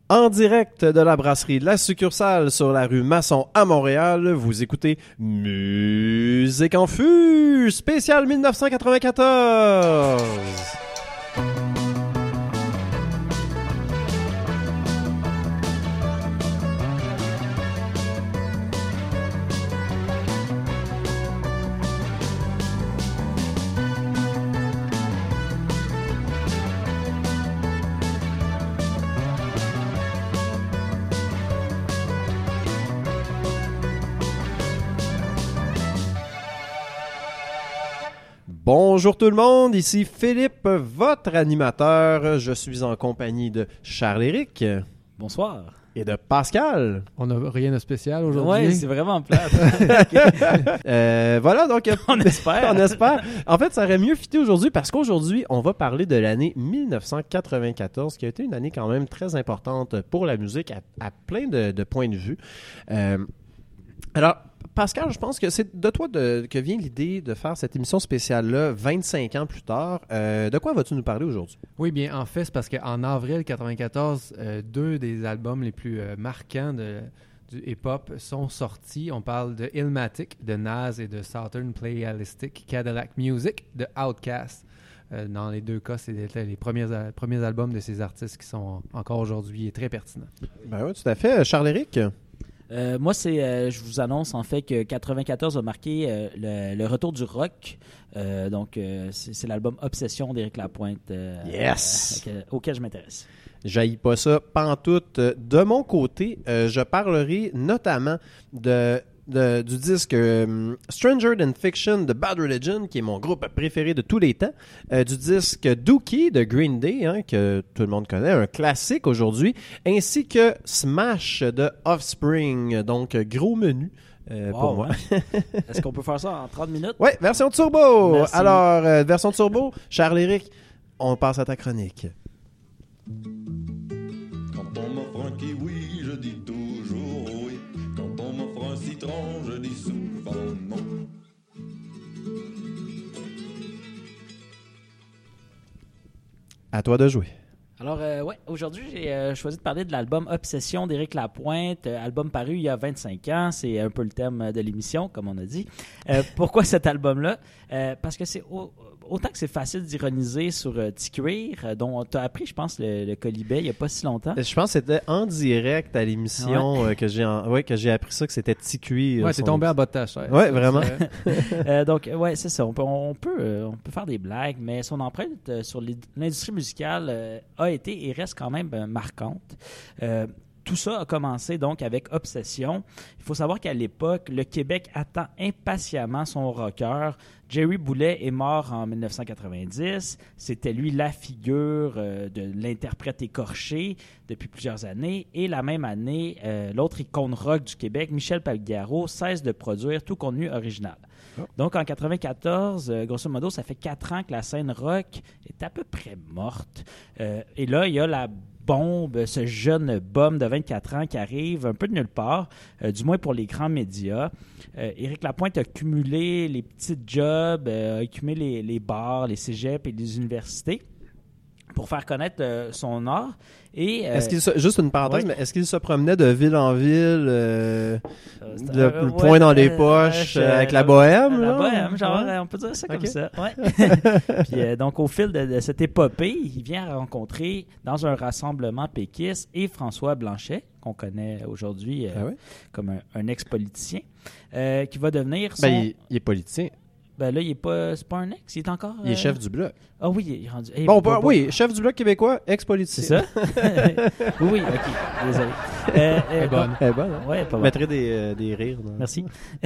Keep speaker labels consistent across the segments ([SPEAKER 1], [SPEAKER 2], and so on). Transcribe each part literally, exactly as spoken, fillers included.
[SPEAKER 1] En direct de la brasserie La Succursale sur la rue Masson à Montréal, vous écoutez Musique en Fût, spécial dix-neuf cent quatre-vingt-quatorze. Bonjour tout le monde, ici Philippe, votre animateur. Je suis en compagnie de Charles-Éric.
[SPEAKER 2] Bonsoir.
[SPEAKER 1] Et de Pascal.
[SPEAKER 3] On n'a rien de spécial aujourd'hui.
[SPEAKER 2] Ouais, c'est vraiment plate.
[SPEAKER 1] euh, voilà, donc...
[SPEAKER 2] on espère.
[SPEAKER 1] on espère. En fait, ça aurait mieux fité aujourd'hui parce qu'aujourd'hui, on va parler de l'année dix-neuf cent quatre-vingt-quatorze, qui a été une année quand même très importante pour la musique à, à plein de, de points de vue. Euh, alors... Pascal, je pense que c'est de toi de, que vient l'idée de faire cette émission spéciale-là vingt-cinq ans plus tard. Euh, de quoi vas-tu nous parler aujourd'hui?
[SPEAKER 3] Oui, bien, en fait, c'est parce qu'en avril quatre-vingt-quatorze, euh, deux des albums les plus euh, marquants de, du hip-hop sont sortis. On parle de Illmatic de Nas et de Southern Playalistic Cadillac Music de Outkast. Euh, dans les deux cas, c'est les, les premiers, euh, premiers albums de ces artistes qui sont encore aujourd'hui très pertinents.
[SPEAKER 1] Ben oui, tout à fait. Charles-Éric?
[SPEAKER 2] Euh, moi, c'est, euh, je vous annonce en fait que quatre-vingt-quatorze a marqué euh, le, le retour du rock. Euh, donc, euh, c'est, c'est l'album Obsession d'Éric Lapointe euh,
[SPEAKER 1] yes!
[SPEAKER 2] euh, auquel je m'intéresse.
[SPEAKER 1] J'haïs pas ça, pantoute. De mon côté, euh, je parlerai notamment de... De, du disque euh, Stranger Than Fiction de Bad Religion, qui est mon groupe préféré de tous les temps, euh, du disque Dookie de Green Day, hein, que tout le monde connaît, un classique aujourd'hui, ainsi que Smash de Offspring, donc gros menu euh,
[SPEAKER 2] wow,
[SPEAKER 1] pour moi.
[SPEAKER 2] Hein? Est-ce qu'on peut faire ça en trente minutes?
[SPEAKER 1] Oui, version turbo!
[SPEAKER 2] Merci.
[SPEAKER 1] Alors, euh, version turbo, Charles-Éric, on passe à ta chronique.
[SPEAKER 4] Quand on m'offre un kiwi, je dis toujours oui. Quand on m'offre un citron, je dis souvent non.
[SPEAKER 1] À toi de jouer.
[SPEAKER 2] Alors, euh, ouais, aujourd'hui, j'ai euh, choisi de parler de l'album Obsession d'Éric Lapointe, euh, album paru il y a vingt-cinq ans. C'est un peu le thème de l'émission, comme on a dit. Euh, pourquoi cet album-là? Euh, parce que c'est au, autant que c'est facile d'ironiser sur euh, T-Cuir, euh, dont tu as appris, je pense, le, le colibet il n'y a pas si longtemps.
[SPEAKER 1] Je pense que c'était en direct à l'émission
[SPEAKER 2] ouais.
[SPEAKER 1] euh, que, j'ai en... ouais, que j'ai appris ça, que c'était T-Cuir.
[SPEAKER 3] Ouais, c'est tombé en bas de ta chaise.
[SPEAKER 1] Ouais, vraiment.
[SPEAKER 2] euh, donc, ouais, c'est ça. On peut, on, peut, euh, on peut faire des blagues, mais son empreinte euh, sur l'industrie musicale euh, a été et reste quand même euh, marquante. Euh, Tout ça a commencé donc avec Obsession. Il faut savoir qu'à l'époque, le Québec attend impatiemment son rocker. Jerry Boulet est mort en dix-neuf cent quatre-vingt-dix. C'était lui la figure euh, de l'interprète écorché depuis plusieurs années. Et la même année, euh, l'autre icône rock du Québec, Michel Pelgaro, cesse de produire tout contenu original. Oh. Donc en quatre-vingt-quatorze, euh, grosso modo, ça fait quatre ans que la scène rock est à peu près morte. Euh, et là, il y a la bombe, ce jeune bum de vingt-quatre ans qui arrive un peu de nulle part, euh, du moins pour les grands médias. Euh, Éric Lapointe a cumulé les petits jobs, euh, a cumulé les, les bars, les cégeps et les universités pour faire connaître euh, son art. Et, euh,
[SPEAKER 1] est-ce qu'il se, juste une parenthèse, ouais. mais est-ce qu'il se promenait de ville en ville, euh, euh, le,
[SPEAKER 2] euh,
[SPEAKER 1] le
[SPEAKER 2] ouais,
[SPEAKER 1] poing dans les
[SPEAKER 2] euh,
[SPEAKER 1] poches,
[SPEAKER 2] euh,
[SPEAKER 1] avec la bohème?
[SPEAKER 2] La
[SPEAKER 1] là?
[SPEAKER 2] bohème, genre,
[SPEAKER 1] ouais.
[SPEAKER 2] on peut dire ça
[SPEAKER 1] okay.
[SPEAKER 2] comme ça. Ouais. Puis, euh, donc, au fil de, de cette épopée, il vient rencontrer dans un rassemblement péquiste et François Blanchet, qu'on connaît aujourd'hui euh,
[SPEAKER 1] ah ouais?
[SPEAKER 2] comme un, un ex-politicien, euh, qui va devenir son...
[SPEAKER 1] Ben, il, il est politicien.
[SPEAKER 2] Ben là, il est pas, c'est pas un ex, il est encore...
[SPEAKER 1] Il est
[SPEAKER 2] euh...
[SPEAKER 1] chef du Bloc.
[SPEAKER 2] Ah oui, il est rendu... Hey,
[SPEAKER 1] bon,
[SPEAKER 2] bon,
[SPEAKER 1] bah,
[SPEAKER 2] bon,
[SPEAKER 1] oui, chef du Bloc québécois, ex-politicien.
[SPEAKER 2] C'est ça? oui, oui, ok, désolé. Euh, euh,
[SPEAKER 3] Elle est bonne.
[SPEAKER 1] Elle est bonne, hein?
[SPEAKER 2] Ouais, pas
[SPEAKER 1] Je mettrai des, euh, des rires. Dans...
[SPEAKER 2] Merci.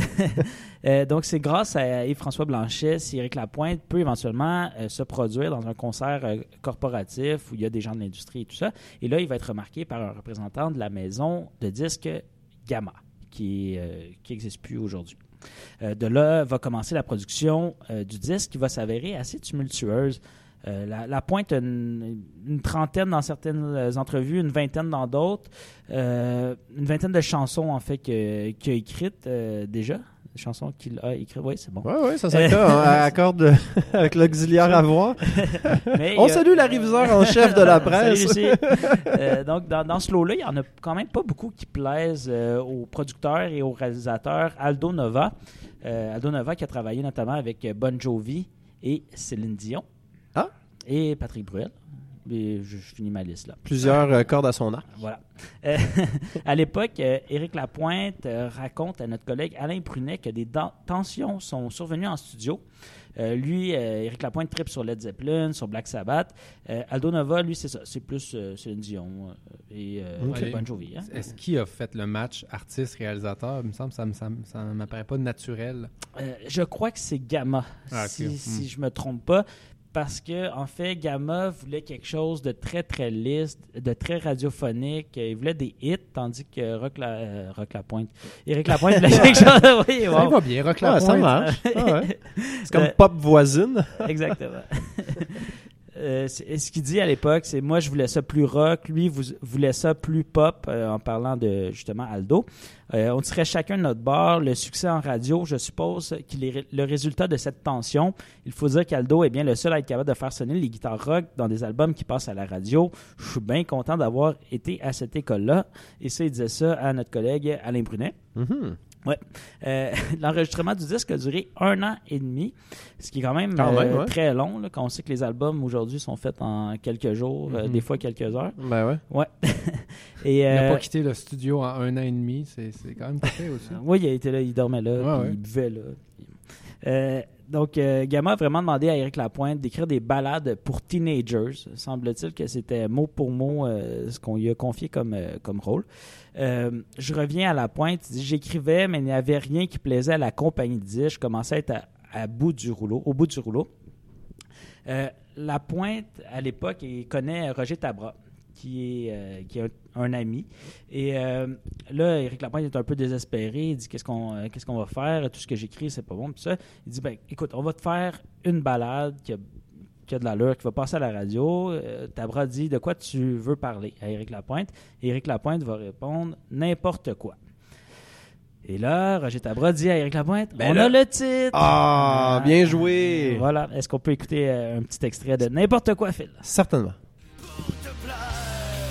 [SPEAKER 2] euh, donc, c'est grâce à Yves-François Blanchet si Éric Lapointe peut éventuellement euh, se produire dans un concert euh, corporatif où il y a des gens de l'industrie et tout ça. Et là, il va être remarqué par un représentant de la maison de disques Gamma, qui n'existe euh, plus aujourd'hui. Euh, de là va commencer la production euh, du disque qui va s'avérer assez tumultueuse. Euh, la, la Pointe a une, une trentaine dans certaines entrevues, une vingtaine dans d'autres, euh, une vingtaine de chansons en fait qu'il a écrites euh, déjà, des chansons qu'il a écrites. Oui, c'est bon.
[SPEAKER 1] Oui, oui, ça serait ça. On accorde avec l'auxiliaire à voir.
[SPEAKER 2] Mais,
[SPEAKER 1] On
[SPEAKER 2] euh,
[SPEAKER 1] salue la réviseur en chef de la presse.
[SPEAKER 2] Salut, euh, donc, dans, dans ce lot-là, il n'y en a quand même pas beaucoup qui plaisent euh, aux producteurs et aux réalisateurs. Aldo Nova. Euh, Aldo Nova qui a travaillé notamment avec Bon Jovi et Céline Dion.
[SPEAKER 1] Ah!
[SPEAKER 2] Et Patrick Bruel. Et je, je finis ma liste là.
[SPEAKER 1] Plusieurs euh, cordes à son arc.
[SPEAKER 2] Voilà. Euh, à l'époque, euh, Éric Lapointe euh, raconte à notre collègue Alain Brunet que des dan- tensions sont survenues en studio. Euh, lui, euh, Éric Lapointe tripe sur Led Zeppelin, sur Black Sabbath. Euh, Aldo Nova, lui, c'est ça. C'est plus euh, Céline Dion euh, et euh,
[SPEAKER 3] Ok.
[SPEAKER 2] Bon Jovi. Hein?
[SPEAKER 3] Est-ce qu'il a fait le match artiste-réalisateur? Il me semble que ça me- ça me- ça ne m'apparaît pas naturel.
[SPEAKER 2] Euh, je crois que c'est Gamma,
[SPEAKER 3] Ah, ok.
[SPEAKER 2] si,
[SPEAKER 3] Hmm.
[SPEAKER 2] si je me trompe pas. Parce que, en fait, Gamma voulait quelque chose de très, très lisse, de très radiophonique. Il voulait des hits, tandis que Rock, la, euh, Rock Lapointe. Éric Lapointe voulait quelque chose. Oui,
[SPEAKER 3] Ça
[SPEAKER 2] wow.
[SPEAKER 3] va bien, Rock
[SPEAKER 1] Ouais,
[SPEAKER 3] Lapointe.
[SPEAKER 1] ça marche. Ah ouais. C'est comme
[SPEAKER 2] Euh,
[SPEAKER 1] pop voisine.
[SPEAKER 2] Exactement. Euh, c'est- ce qu'il dit à l'époque, c'est moi je voulais ça plus rock, lui vous, voulait ça plus pop, euh, en parlant de justement Aldo. Euh, on tirait chacun de notre bord. Le succès en radio, je suppose qu'il est ré- le résultat de cette tension. Il faut dire qu'Aldo est bien le seul à être capable de faire sonner les guitares rock dans des albums qui passent à la radio. Je suis bien content d'avoir été à cette école-là. Et ça, il disait ça à notre collègue Alain Brunet.
[SPEAKER 1] Mhm.
[SPEAKER 2] Ouais. Euh, l'enregistrement du disque a duré un an et demi, ce qui est quand même,
[SPEAKER 1] Quand
[SPEAKER 2] euh,
[SPEAKER 1] même, ouais.
[SPEAKER 2] très long, là, quand on sait que les albums aujourd'hui sont faits en quelques jours, euh,
[SPEAKER 3] Mhm.
[SPEAKER 2] des fois quelques heures.
[SPEAKER 1] Ben ouais.
[SPEAKER 2] Ouais. et,
[SPEAKER 3] Il n'a
[SPEAKER 2] euh,
[SPEAKER 3] pas quitté le studio en un an et demi. C'est c'est quand même pas fait aussi.
[SPEAKER 2] oui, il était là, il dormait là,
[SPEAKER 3] Ouais,
[SPEAKER 2] puis
[SPEAKER 3] ouais.
[SPEAKER 2] il buvait là. puis- Euh, donc, euh, Gamma a vraiment demandé à Éric Lapointe d'écrire des ballades pour teenagers. Semble-t-il que c'était mot pour mot euh, ce qu'on lui a confié comme, euh, comme rôle. Euh, je reviens à Lapointe. Il dit, j'écrivais, mais il n'y avait rien qui plaisait à la compagnie de disques. Je commençais à être à, à bout du rouleau, au bout du rouleau. Euh, Lapointe, à l'époque, il connaît Roger Tabra, qui est, euh, qui est un, un ami. Et euh, là, Éric Lapointe est un peu désespéré. Il dit qu'est-ce qu'on euh, qu'est-ce qu'on va faire? Tout ce que j'écris, c'est pas bon. Puis ça, il dit ben, écoute, on va te faire une balade qui a, qui a de l'allure, qui va passer à la radio. Euh, Tabra dit de quoi tu veux parler à Éric Lapointe. Et Éric Lapointe va répondre n'importe quoi. Et là, Roger Tabra dit à Éric Lapointe
[SPEAKER 1] Ben
[SPEAKER 2] on
[SPEAKER 1] là-
[SPEAKER 2] a le titre.
[SPEAKER 1] Ah, bien joué.
[SPEAKER 2] Voilà. Est-ce qu'on peut écouter euh, un petit extrait de n'importe quoi, Phil?
[SPEAKER 1] Certainement.
[SPEAKER 5] te plaire.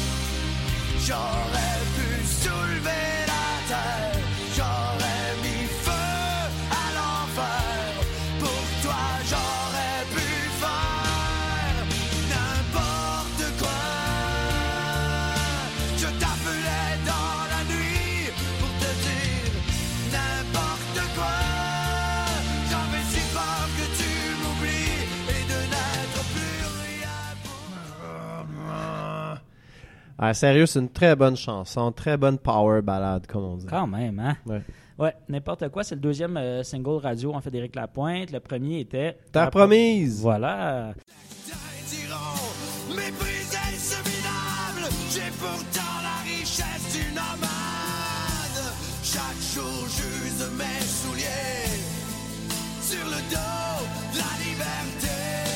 [SPEAKER 5] J'aurais pu soulever la terre, j'aurais mis feu à l'enfer. Pour toi, j'aurais pu faire n'importe quoi. Je t'appelais dans la nuit pour te dire n'importe quoi. J'avais si peur que tu m'oublies et de n'être plus rien pour moi.
[SPEAKER 1] Ah, sérieux, c'est une très bonne chanson, très bonne power ballade, comme on dit.
[SPEAKER 2] Quand même, hein?
[SPEAKER 1] Ouais.
[SPEAKER 2] Ouais, n'importe quoi. C'est le deuxième euh, single radio, en fait, d'Éric Lapointe. Le premier était...
[SPEAKER 1] Terre promise.
[SPEAKER 2] Voilà.
[SPEAKER 5] Diront, méprisé ce minable, j'ai pourtant la richesse du nomade. Chaque jour j'use mes souliers sur le dos de la liberté.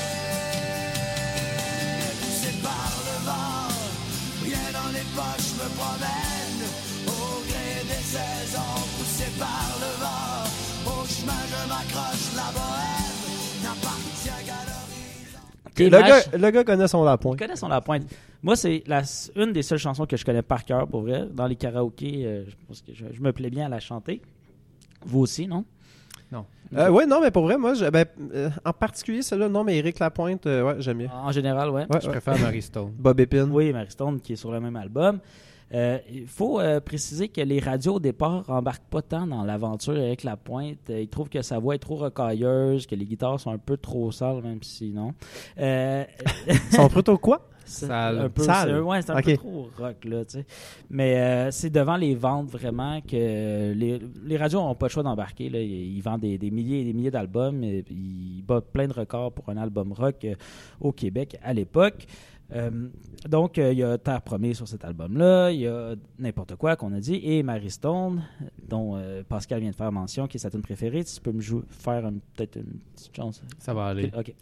[SPEAKER 5] Poussé par le vent, rien dans les poches me promène. Au gré des saisons, poussé par le vent, au chemin je m'accroche, la bohème n'appartient qu'à l'horizon.
[SPEAKER 2] OK,
[SPEAKER 1] Le
[SPEAKER 2] Mash,
[SPEAKER 1] gars, le gars connaît son lapin.
[SPEAKER 2] on connaît son Lapointe. Moi, c'est la, une des seules chansons que je connais par cœur, pour vrai. Dans les karaokés, euh, je pense que je, je me plais bien à la chanter. Vous aussi, non?
[SPEAKER 1] Euh, ouais, non, mais pour vrai, moi, je- ben, euh, en particulier, celle-là, non, mais Éric Lapointe, euh, ouais, j'aime bien.
[SPEAKER 2] En général, ouais.
[SPEAKER 1] Ouais,
[SPEAKER 3] Je
[SPEAKER 1] ouais.
[SPEAKER 3] préfère Mary Stone.
[SPEAKER 1] Bob Epine.
[SPEAKER 2] Oui, Mary Stone, qui est sur le même album. Euh, Il faut euh, préciser que les radios, au départ, embarquent pas tant dans l'aventure avec Lapointe. Euh, ils trouvent que sa voix est trop rocailleuse, que les guitares sont un peu trop sales, même si non. Euh,
[SPEAKER 1] Ils sont plutôt quoi?
[SPEAKER 2] c'est
[SPEAKER 3] Sale.
[SPEAKER 2] un peu,
[SPEAKER 1] Sale.
[SPEAKER 2] c'est un- ouais, c'est un
[SPEAKER 1] Ok.
[SPEAKER 2] peu trop rock, là, tu sais. Mais euh, c'est devant les ventes, vraiment, que les, les radios n'ont pas le choix d'embarquer, là. Ils, ils vendent des, des milliers et des milliers d'albums. Et ils battent plein de records pour un album rock euh, au Québec à l'époque. Euh, donc, euh, il y a Terre Promise sur cet album-là, il y a N'importe quoi qu'on a dit, et Mary Stone, dont euh, Pascal vient de faire mention, qui est sa tune préférée. Si tu peux me jou- faire un, peut-être une petite chance.
[SPEAKER 3] Ça va aller.
[SPEAKER 2] OK.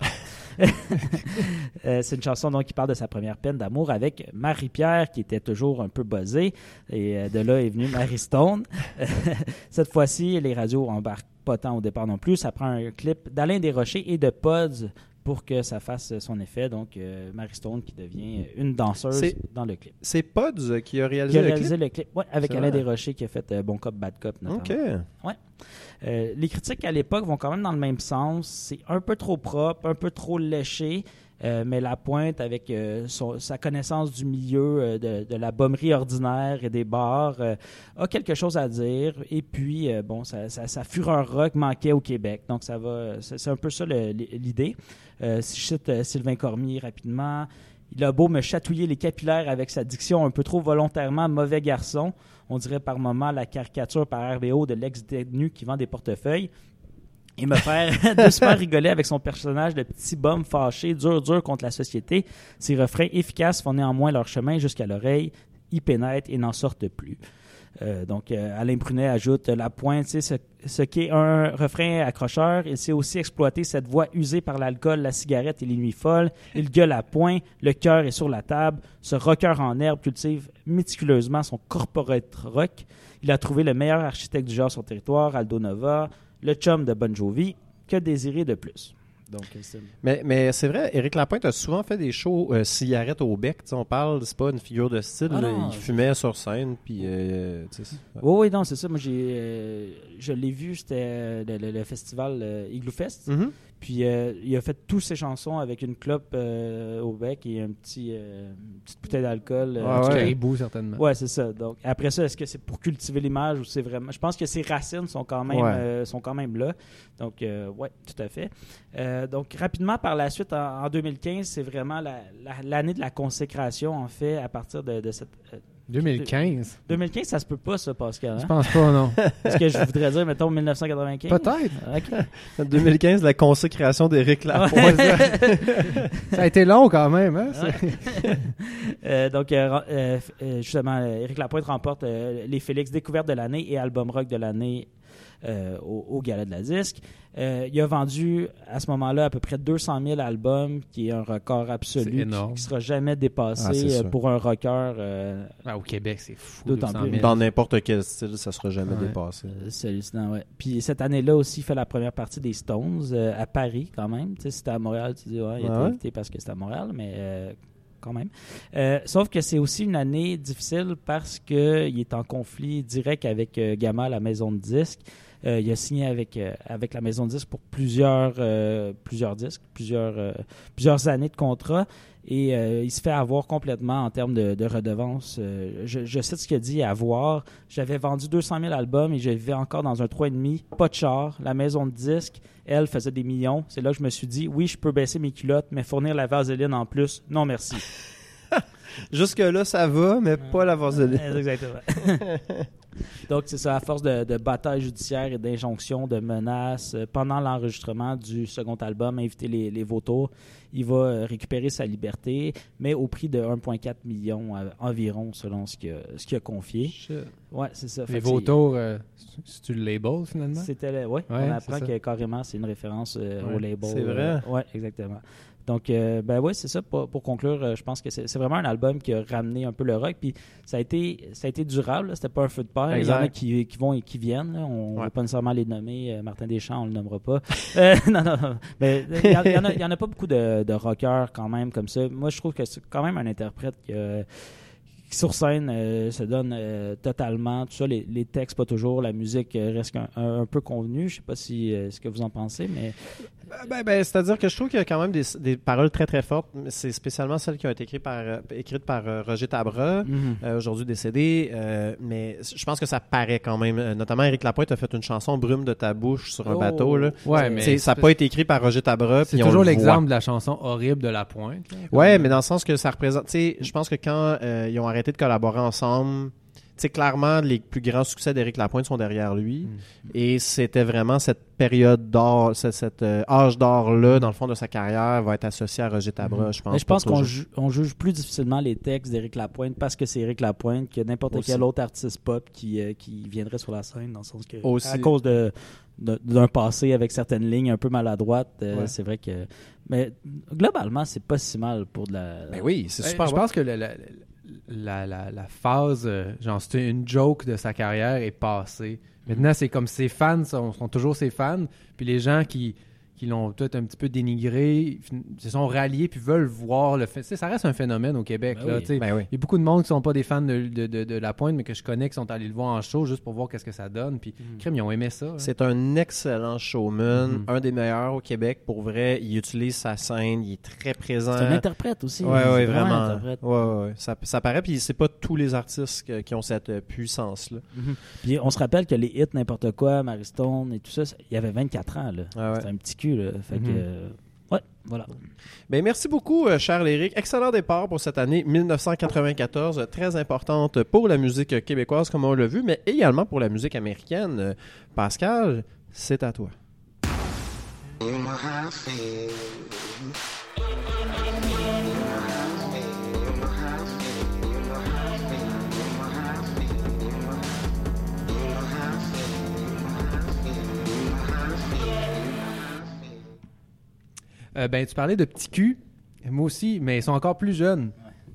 [SPEAKER 2] euh, c'est une chanson donc, qui parle de sa première peine d'amour avec Marie-Pierre, qui était toujours un peu buzzée. Et euh, de là est venue Mary Stone. Cette fois-ci, les radios embarquent pas tant au départ non plus. Ça prend un clip d'Alain Desrochers et de Pods pour que ça fasse son effet. Donc, euh, Mary Stone qui devient une danseuse
[SPEAKER 1] C'est-
[SPEAKER 2] dans le clip.
[SPEAKER 1] C'est Pods qui a
[SPEAKER 2] Qui
[SPEAKER 1] réalisé
[SPEAKER 2] a
[SPEAKER 1] le
[SPEAKER 2] réalisé
[SPEAKER 1] clip?
[SPEAKER 2] le clip, ouais, avec
[SPEAKER 1] C'est
[SPEAKER 2] Alain
[SPEAKER 1] vrai.
[SPEAKER 2] Desrochers qui a fait euh, Bon Cop, Bad Cop notamment.
[SPEAKER 1] OK.
[SPEAKER 2] Euh, les critiques à l'époque vont quand même dans le même sens. C'est un peu trop propre, un peu trop léché, euh, mais La Pointe, avec euh, son- sa connaissance du milieu euh, de, de la bomberie ordinaire et des bars, euh, a quelque chose à dire. Et puis, euh, bon, sa, sa, sa fureur rock manquait au Québec. Donc, ça va, c'est, c'est un peu ça le- l'idée. Euh, si je cite euh, Sylvain Cormier rapidement, il a beau me chatouiller les capillaires avec sa diction un peu trop volontairement mauvais garçon. On dirait par moments la caricature par R B O de l'ex-détenu qui vend des portefeuilles. Et me faire doucement rigoler avec son personnage de petit bum fâché, dur, dur contre la société. Ses refrains efficaces font néanmoins leur chemin jusqu'à l'oreille, y pénètrent et n'en sortent plus. Euh, donc, euh, Alain Brunet ajoute euh, La Pointe, c'est ce, ce qu'est un refrain accrocheur. Il sait aussi exploiter cette voix usée par l'alcool, la cigarette et les nuits folles. Il gueule à point, le cœur est sur la table. Ce rocker en herbe cultive méticuleusement son corporate rock. Il a trouvé le meilleur architecte du genre sur le territoire, Aldo Nova, le chum de Bon Jovi. Que désirer de plus? Donc, c'est...
[SPEAKER 1] Mais, mais c'est vrai, Éric Lapointe a souvent fait des shows euh, cigarettes au bec. Tu sais, on parle, c'est pas une figure de style.
[SPEAKER 2] Ah
[SPEAKER 1] là,
[SPEAKER 2] non,
[SPEAKER 1] il
[SPEAKER 2] je-
[SPEAKER 1] fumait sur scène. Puis, euh, tu sais, c'est-
[SPEAKER 2] Oui, oui, non, c'est ça. Moi, j'ai, euh, je l'ai vu, c'était euh, le, le- le festival euh, Igloo Fest.
[SPEAKER 1] Mhm.
[SPEAKER 2] Puis euh, il a fait toutes ses chansons avec une clope euh, au bec et un petit, euh, une petite bouteille d'alcool. euh,
[SPEAKER 1] Ah
[SPEAKER 3] Du
[SPEAKER 1] ouais.
[SPEAKER 3] caribou, certainement.
[SPEAKER 2] Ouais, c'est ça. Donc après ça, est-ce que c'est pour cultiver l'image ou c'est vraiment... Je pense que ses racines sont quand même,
[SPEAKER 1] Ouais.
[SPEAKER 2] euh, sont quand même là. Donc, euh, ouais, tout à fait. Euh, donc, rapidement, par la suite, en, en deux mille quinze, c'est vraiment la- la- l'année de la consécration, en fait, à partir de, de cette... euh,
[SPEAKER 3] deux mille quinze?
[SPEAKER 2] deux mille quinze, ça se peut pas, ça, Pascal.
[SPEAKER 3] Je
[SPEAKER 2] Hein?
[SPEAKER 3] pense pas, non.
[SPEAKER 2] Est-ce que je voudrais dire, mettons, dix-neuf cent quatre-vingt-quinze?
[SPEAKER 3] Peut-être.
[SPEAKER 2] OK.
[SPEAKER 1] En deux mille quinze, la consécration d'Éric Lapointe.
[SPEAKER 2] Ouais.
[SPEAKER 3] Ça a été long quand même. Hein?
[SPEAKER 2] Ouais. Euh, donc, euh, euh, euh, justement, euh, Éric Lapointe remporte euh, les Félix Découverte de l'année et Album Rock de l'année euh, au, au Gala de la Disque. Euh, il a vendu à ce moment-là à peu près deux cent mille albums, qui est un record
[SPEAKER 3] C'est
[SPEAKER 2] absolu, qui
[SPEAKER 3] énorme.
[SPEAKER 2] ne sera jamais dépassé
[SPEAKER 1] Ah, c'est
[SPEAKER 2] euh,
[SPEAKER 1] sûr.
[SPEAKER 2] pour un rocker. euh,
[SPEAKER 3] Ah, au Québec, c'est fou.
[SPEAKER 2] D'autant
[SPEAKER 3] deux cent
[SPEAKER 2] plus.
[SPEAKER 3] mille.
[SPEAKER 1] Dans n'importe quel style, ça sera jamais
[SPEAKER 3] Ouais.
[SPEAKER 1] dépassé.
[SPEAKER 2] Euh, C'est hallucinant, ouais. Puis cette année-là aussi, il fait la première partie des Stones euh, à Paris, quand même. Tu sais, si c'était à Montréal, tu dis, ouais, il a
[SPEAKER 1] Ah
[SPEAKER 2] été
[SPEAKER 1] ouais?
[SPEAKER 2] invité parce que c'était à Montréal, mais euh, quand même. Euh, sauf que c'est aussi une année difficile parce qu'il est en conflit direct avec euh, Gamma, la maison de disques. Euh, il a signé avec, euh, avec la maison de disques pour plusieurs, euh, plusieurs disques, plusieurs, euh, plusieurs années de contrat. Et euh, il se fait avoir complètement en termes de, de redevances. Euh, je, je cite ce qu'il a dit, avoir. J'avais vendu deux cent mille albums et je vivais encore dans un trois virgule cinq, pas de char. La maison de disques, elle, faisait des millions. C'est là que je me suis dit, oui, je peux baisser mes culottes, mais fournir la vaseline en plus, non merci.
[SPEAKER 1] Jusque-là, ça va, mais pas la vaseline.
[SPEAKER 2] Exactement. Donc, c'est ça, à force de, de batailles judiciaires et d'injonctions, de menaces, euh, pendant l'enregistrement du second album, Inviter les, les vautours, il va euh, récupérer sa liberté, mais au prix de un virgule quatre million euh, environ, selon ce qu'il a, ce qu'il a confié. Ouais, c'est ça. Fait
[SPEAKER 3] Les
[SPEAKER 2] que c'est-
[SPEAKER 3] vautours, euh, c'est-tu le label, finalement?
[SPEAKER 2] C'était le- ouais,
[SPEAKER 3] Ouais,
[SPEAKER 2] on apprend
[SPEAKER 3] c'est ça.
[SPEAKER 2] que carrément c'est une référence euh,
[SPEAKER 3] Ouais,
[SPEAKER 2] au label.
[SPEAKER 1] c'est vrai?
[SPEAKER 2] Euh, ouais, exactement. Donc, euh, ben ouais, c'est ça. Pour, pour conclure, euh, je pense que c'est, c'est vraiment un album qui a ramené un peu le rock. Puis ça a été, ça a été durable. Là. C'était pas un feu de paille. Il y en a
[SPEAKER 1] Exact.
[SPEAKER 2] qui, qui vont et qui viennent. Là. On ne
[SPEAKER 1] Ouais.
[SPEAKER 2] va pas nécessairement les nommer. Euh, Martin Deschamps, on le nommera pas. Euh, non, non, non. Mais il y, en- il y en a, il y en a pas beaucoup de, de rockers quand même comme ça. Moi, je trouve que c'est quand même un interprète qui a- qui sur scène euh, se donne euh, totalement. Tout ça, les, les textes pas toujours, la musique euh, reste un, un- un peu convenue. Je sais pas si euh, ce que vous en pensez, mais
[SPEAKER 1] Ben, ben, c'est-à-dire que je trouve qu'il y a quand même des, des paroles très très fortes. C'est spécialement celles qui ont été écrites par, euh, écrites par euh, Roger Tabra,
[SPEAKER 2] Mhm.
[SPEAKER 1] euh, aujourd'hui décédé. euh, mais je pense que ça paraît quand même. Euh, notamment, Éric Lapointe a fait une chanson Brume de ta bouche sur un
[SPEAKER 2] Oh.
[SPEAKER 1] bateau. Là.
[SPEAKER 3] Ouais,
[SPEAKER 2] C'est-
[SPEAKER 3] mais
[SPEAKER 1] T'sais, ça n'a pas été écrit par Roger Tabra.
[SPEAKER 3] c'est
[SPEAKER 1] puis on
[SPEAKER 3] toujours
[SPEAKER 1] le
[SPEAKER 3] l'exemple
[SPEAKER 1] voit.
[SPEAKER 3] de la chanson horrible de La Pointe. là.
[SPEAKER 1] Ouais, mais dans le sens que ça représente. Tu sais, je pense que quand euh, ils ont arrêté de collaborer ensemble, sais, clairement, les plus grands succès d'Éric Lapointe sont derrière lui.
[SPEAKER 3] Mm.
[SPEAKER 1] Et c'était vraiment cette période d'or, cet, cet euh, âge d'or-là, dans le fond de sa carrière, va être associé à Roger Tabra,
[SPEAKER 3] Mm.
[SPEAKER 1] je pense.
[SPEAKER 2] Mais je pense
[SPEAKER 1] pour
[SPEAKER 2] qu'on
[SPEAKER 1] toujours.
[SPEAKER 2] ju- on juge plus difficilement les textes d'Éric Lapointe parce que c'est Éric Lapointe que n'importe
[SPEAKER 1] Aussi.
[SPEAKER 2] quel autre artiste pop qui, euh, qui viendrait sur la scène, dans le sens que,
[SPEAKER 1] Aussi.
[SPEAKER 2] à cause de, de- d'un passé avec certaines lignes un peu maladroites, euh,
[SPEAKER 1] Ouais.
[SPEAKER 2] c'est vrai que. Mais globalement, c'est pas si mal pour de la.
[SPEAKER 1] Ben oui, c'est
[SPEAKER 3] Euh,
[SPEAKER 1] super
[SPEAKER 3] je
[SPEAKER 1] bon.
[SPEAKER 3] pense que la, la, la, la, la phase, euh, genre c'était une joke de sa carrière est passée. Maintenant, c'est comme ses fans sont, sont toujours ses fans, puis les gens qui, qui l'ont peut-être un petit peu dénigré fin- se sont ralliés puis veulent voir le fait. Ça reste un phénomène au Québec.
[SPEAKER 2] Ben
[SPEAKER 3] là,
[SPEAKER 2] oui.
[SPEAKER 3] tu sais.
[SPEAKER 1] Ben oui.
[SPEAKER 3] Il y a beaucoup de monde qui sont pas des fans de, de, de, de La Pointe, mais que je connais qui sont allés le voir en show juste pour voir qu'est-ce que ça donne. Puis, crème, ils ont aimé ça. hein.
[SPEAKER 1] C'est un excellent showman,
[SPEAKER 3] Mhm.
[SPEAKER 1] un des meilleurs au Québec. Pour vrai, il utilise sa scène, il est très présent.
[SPEAKER 2] C'est un interprète aussi.
[SPEAKER 1] Ouais,
[SPEAKER 2] C'est
[SPEAKER 1] ouais,
[SPEAKER 2] vraiment
[SPEAKER 1] vraiment.
[SPEAKER 2] un interprète.
[SPEAKER 1] Ouais, ouais, ouais. Ça, ça paraît, puis c'est pas tous les artistes que- qui ont cette euh, puissance-là.
[SPEAKER 2] Mhm. Puis on se rappelle que les hits, n'importe quoi, Maristone et tout ça, il y avait vingt-quatre ans. Là.
[SPEAKER 1] Ah ouais.
[SPEAKER 2] C'était un petit cul. Là. Fait que.
[SPEAKER 3] Mhm.
[SPEAKER 2] euh, ouais, voilà.
[SPEAKER 1] Ben, merci beaucoup, euh, cher Léric. Excellent départ pour cette année dix-neuf cent quatre-vingt-quatorze, euh, très importante pour la musique québécoise, comme on l'a vu, mais également pour la musique américaine. Euh, Pascal, c'est à toi.
[SPEAKER 3] Euh, ben, tu parlais de petits culs, moi aussi, mais ils sont encore plus jeunes.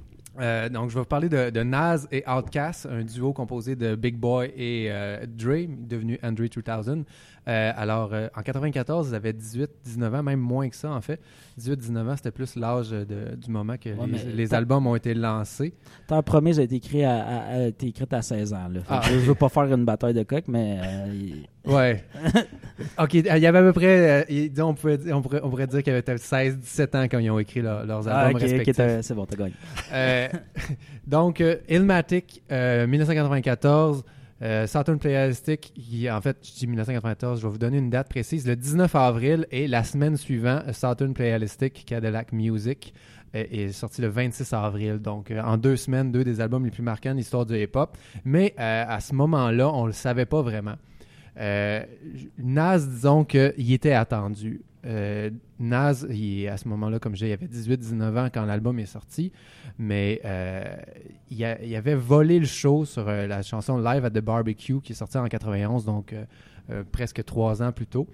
[SPEAKER 3] Euh, donc, je vais vous parler de, de Nas et Outkast, un duo composé de Big Boy et euh, Dre, devenu Andre deux mille. Euh, alors, euh, en quatre-vingt-quatorze, ils avaient dix-huit dix-neuf ans, même moins que ça, en fait. dix-huit dix-neuf ans, c'était plus l'âge de- du moment que
[SPEAKER 2] Ouais,
[SPEAKER 3] les,
[SPEAKER 2] mais
[SPEAKER 3] les
[SPEAKER 2] t'as-
[SPEAKER 3] albums ont été lancés.
[SPEAKER 2] Tant premier, j'ai été écrit à, à- a été écrite à seize ans. Là. Fait
[SPEAKER 3] Ah.
[SPEAKER 2] que Je veux pas faire une bataille de coq, mais. euh, il-
[SPEAKER 3] Ouais. OK, il y avait à peu près, euh, il- disons, on, pouvait, dire- on, pourrait, on pourrait dire qu'il y avait peut-être seize dix-sept ans quand ils ont écrit leur- leurs
[SPEAKER 2] Ah,
[SPEAKER 3] albums
[SPEAKER 2] ok, ok,
[SPEAKER 3] respectifs.
[SPEAKER 2] t'as- c'est bon, t'as gagné.
[SPEAKER 3] Euh, donc, euh, Illmatic, euh, dix-neuf cent quatre-vingt-quatorze, euh, Saturn Playalistic, qui, en fait, je dis dix-neuf cent quatre-vingt-quatorze, je vais vous donner une date précise, le dix-neuf avril, et la semaine suivante, Saturn Playalistic, Cadillac Music, euh, est sorti le vingt-six avril. Donc, euh, en deux semaines, deux des albums les plus marquants de l'histoire du hip-hop. Mais euh, à ce moment-là, on ne le savait pas vraiment. Euh, Nas, disons qu'il était attendu. Euh, Nas, il, à ce moment-là, comme je disais, il avait dix-huit dix-neuf ans quand l'album est sorti, mais euh, il, a, il avait volé le show sur euh, la chanson Live at the Barbecue qui est sortie en quatre-vingt-onze, donc euh, euh, presque trois ans plus tôt.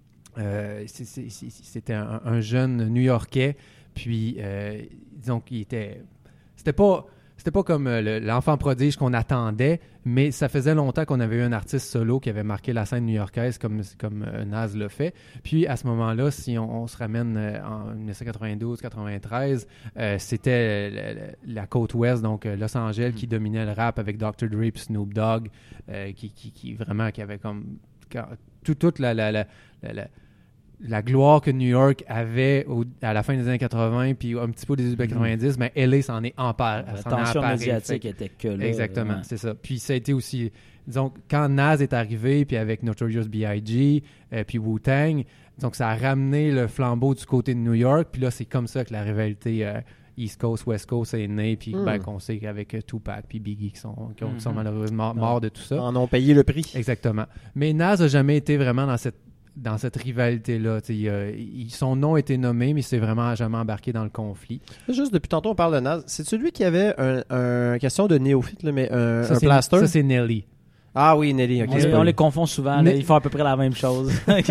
[SPEAKER 3] Euh, c'est- c'est- c'est- c'était un, un jeune New-Yorkais, puis euh, disons qu'il était... C'était pas... C'était pas comme euh, le- l'enfant prodige qu'on attendait, mais ça faisait longtemps qu'on avait eu un artiste solo qui avait marqué la scène new-yorkaise comme, comme euh, Nas l'a fait. Puis à ce moment-là, si on, on se ramène euh, en dix-neuf cent quatre-vingt-douze quatre-vingt-treize, euh, c'était la, la- la côte ouest, donc euh, Los Angeles, qui dominait le rap avec docteur Dre et Snoop Dogg, euh, qui, qui, qui vraiment qui avait comme quand- tout, toute la, la, la, la, la la gloire que New York avait au- à la fin des années quatre-vingts puis un petit peu des années quatre-vingt-dix, mais L A s'en est emparé.
[SPEAKER 2] La
[SPEAKER 3] s'en est
[SPEAKER 2] tension
[SPEAKER 3] emparé.
[SPEAKER 2] médiatique
[SPEAKER 3] Fait-
[SPEAKER 2] était que là.
[SPEAKER 3] Exactement,
[SPEAKER 2] ouais.
[SPEAKER 3] c'est ça. Puis ça a été aussi, disons, quand Nas est arrivé, puis avec Notorious B I G, euh, puis Wu-Tang, donc ça a ramené le flambeau du côté de New York, puis là, c'est comme ça que la rivalité euh, East Coast, West Coast est née, puis
[SPEAKER 1] Mm.
[SPEAKER 3] ben, qu'on sait qu'avec euh, Tupac puis Biggie qui sont, qui ont- qui sont
[SPEAKER 2] Mhm.
[SPEAKER 3] malheureusement morts de tout ça.
[SPEAKER 1] En ont payé le prix.
[SPEAKER 3] Exactement. Mais Nas n'a jamais été vraiment dans cette dans cette rivalité-là. Tu sais, il a- il- son nom a été nommé, mais c'est vraiment jamais embarqué dans le conflit.
[SPEAKER 1] Juste depuis tantôt, on parle de Nas. C'est celui qui avait un, un question de néophyte, là, mais un,
[SPEAKER 3] Ça,
[SPEAKER 1] un
[SPEAKER 3] c'est-
[SPEAKER 1] plaster?
[SPEAKER 3] Ça, c'est Nelly.
[SPEAKER 1] Ah oui, Nelly. ok,
[SPEAKER 2] On,
[SPEAKER 1] c'est
[SPEAKER 2] les,
[SPEAKER 1] pas
[SPEAKER 2] on
[SPEAKER 1] lui.
[SPEAKER 2] les confond souvent. là.
[SPEAKER 3] Mais-
[SPEAKER 2] Ils font à peu près la même chose.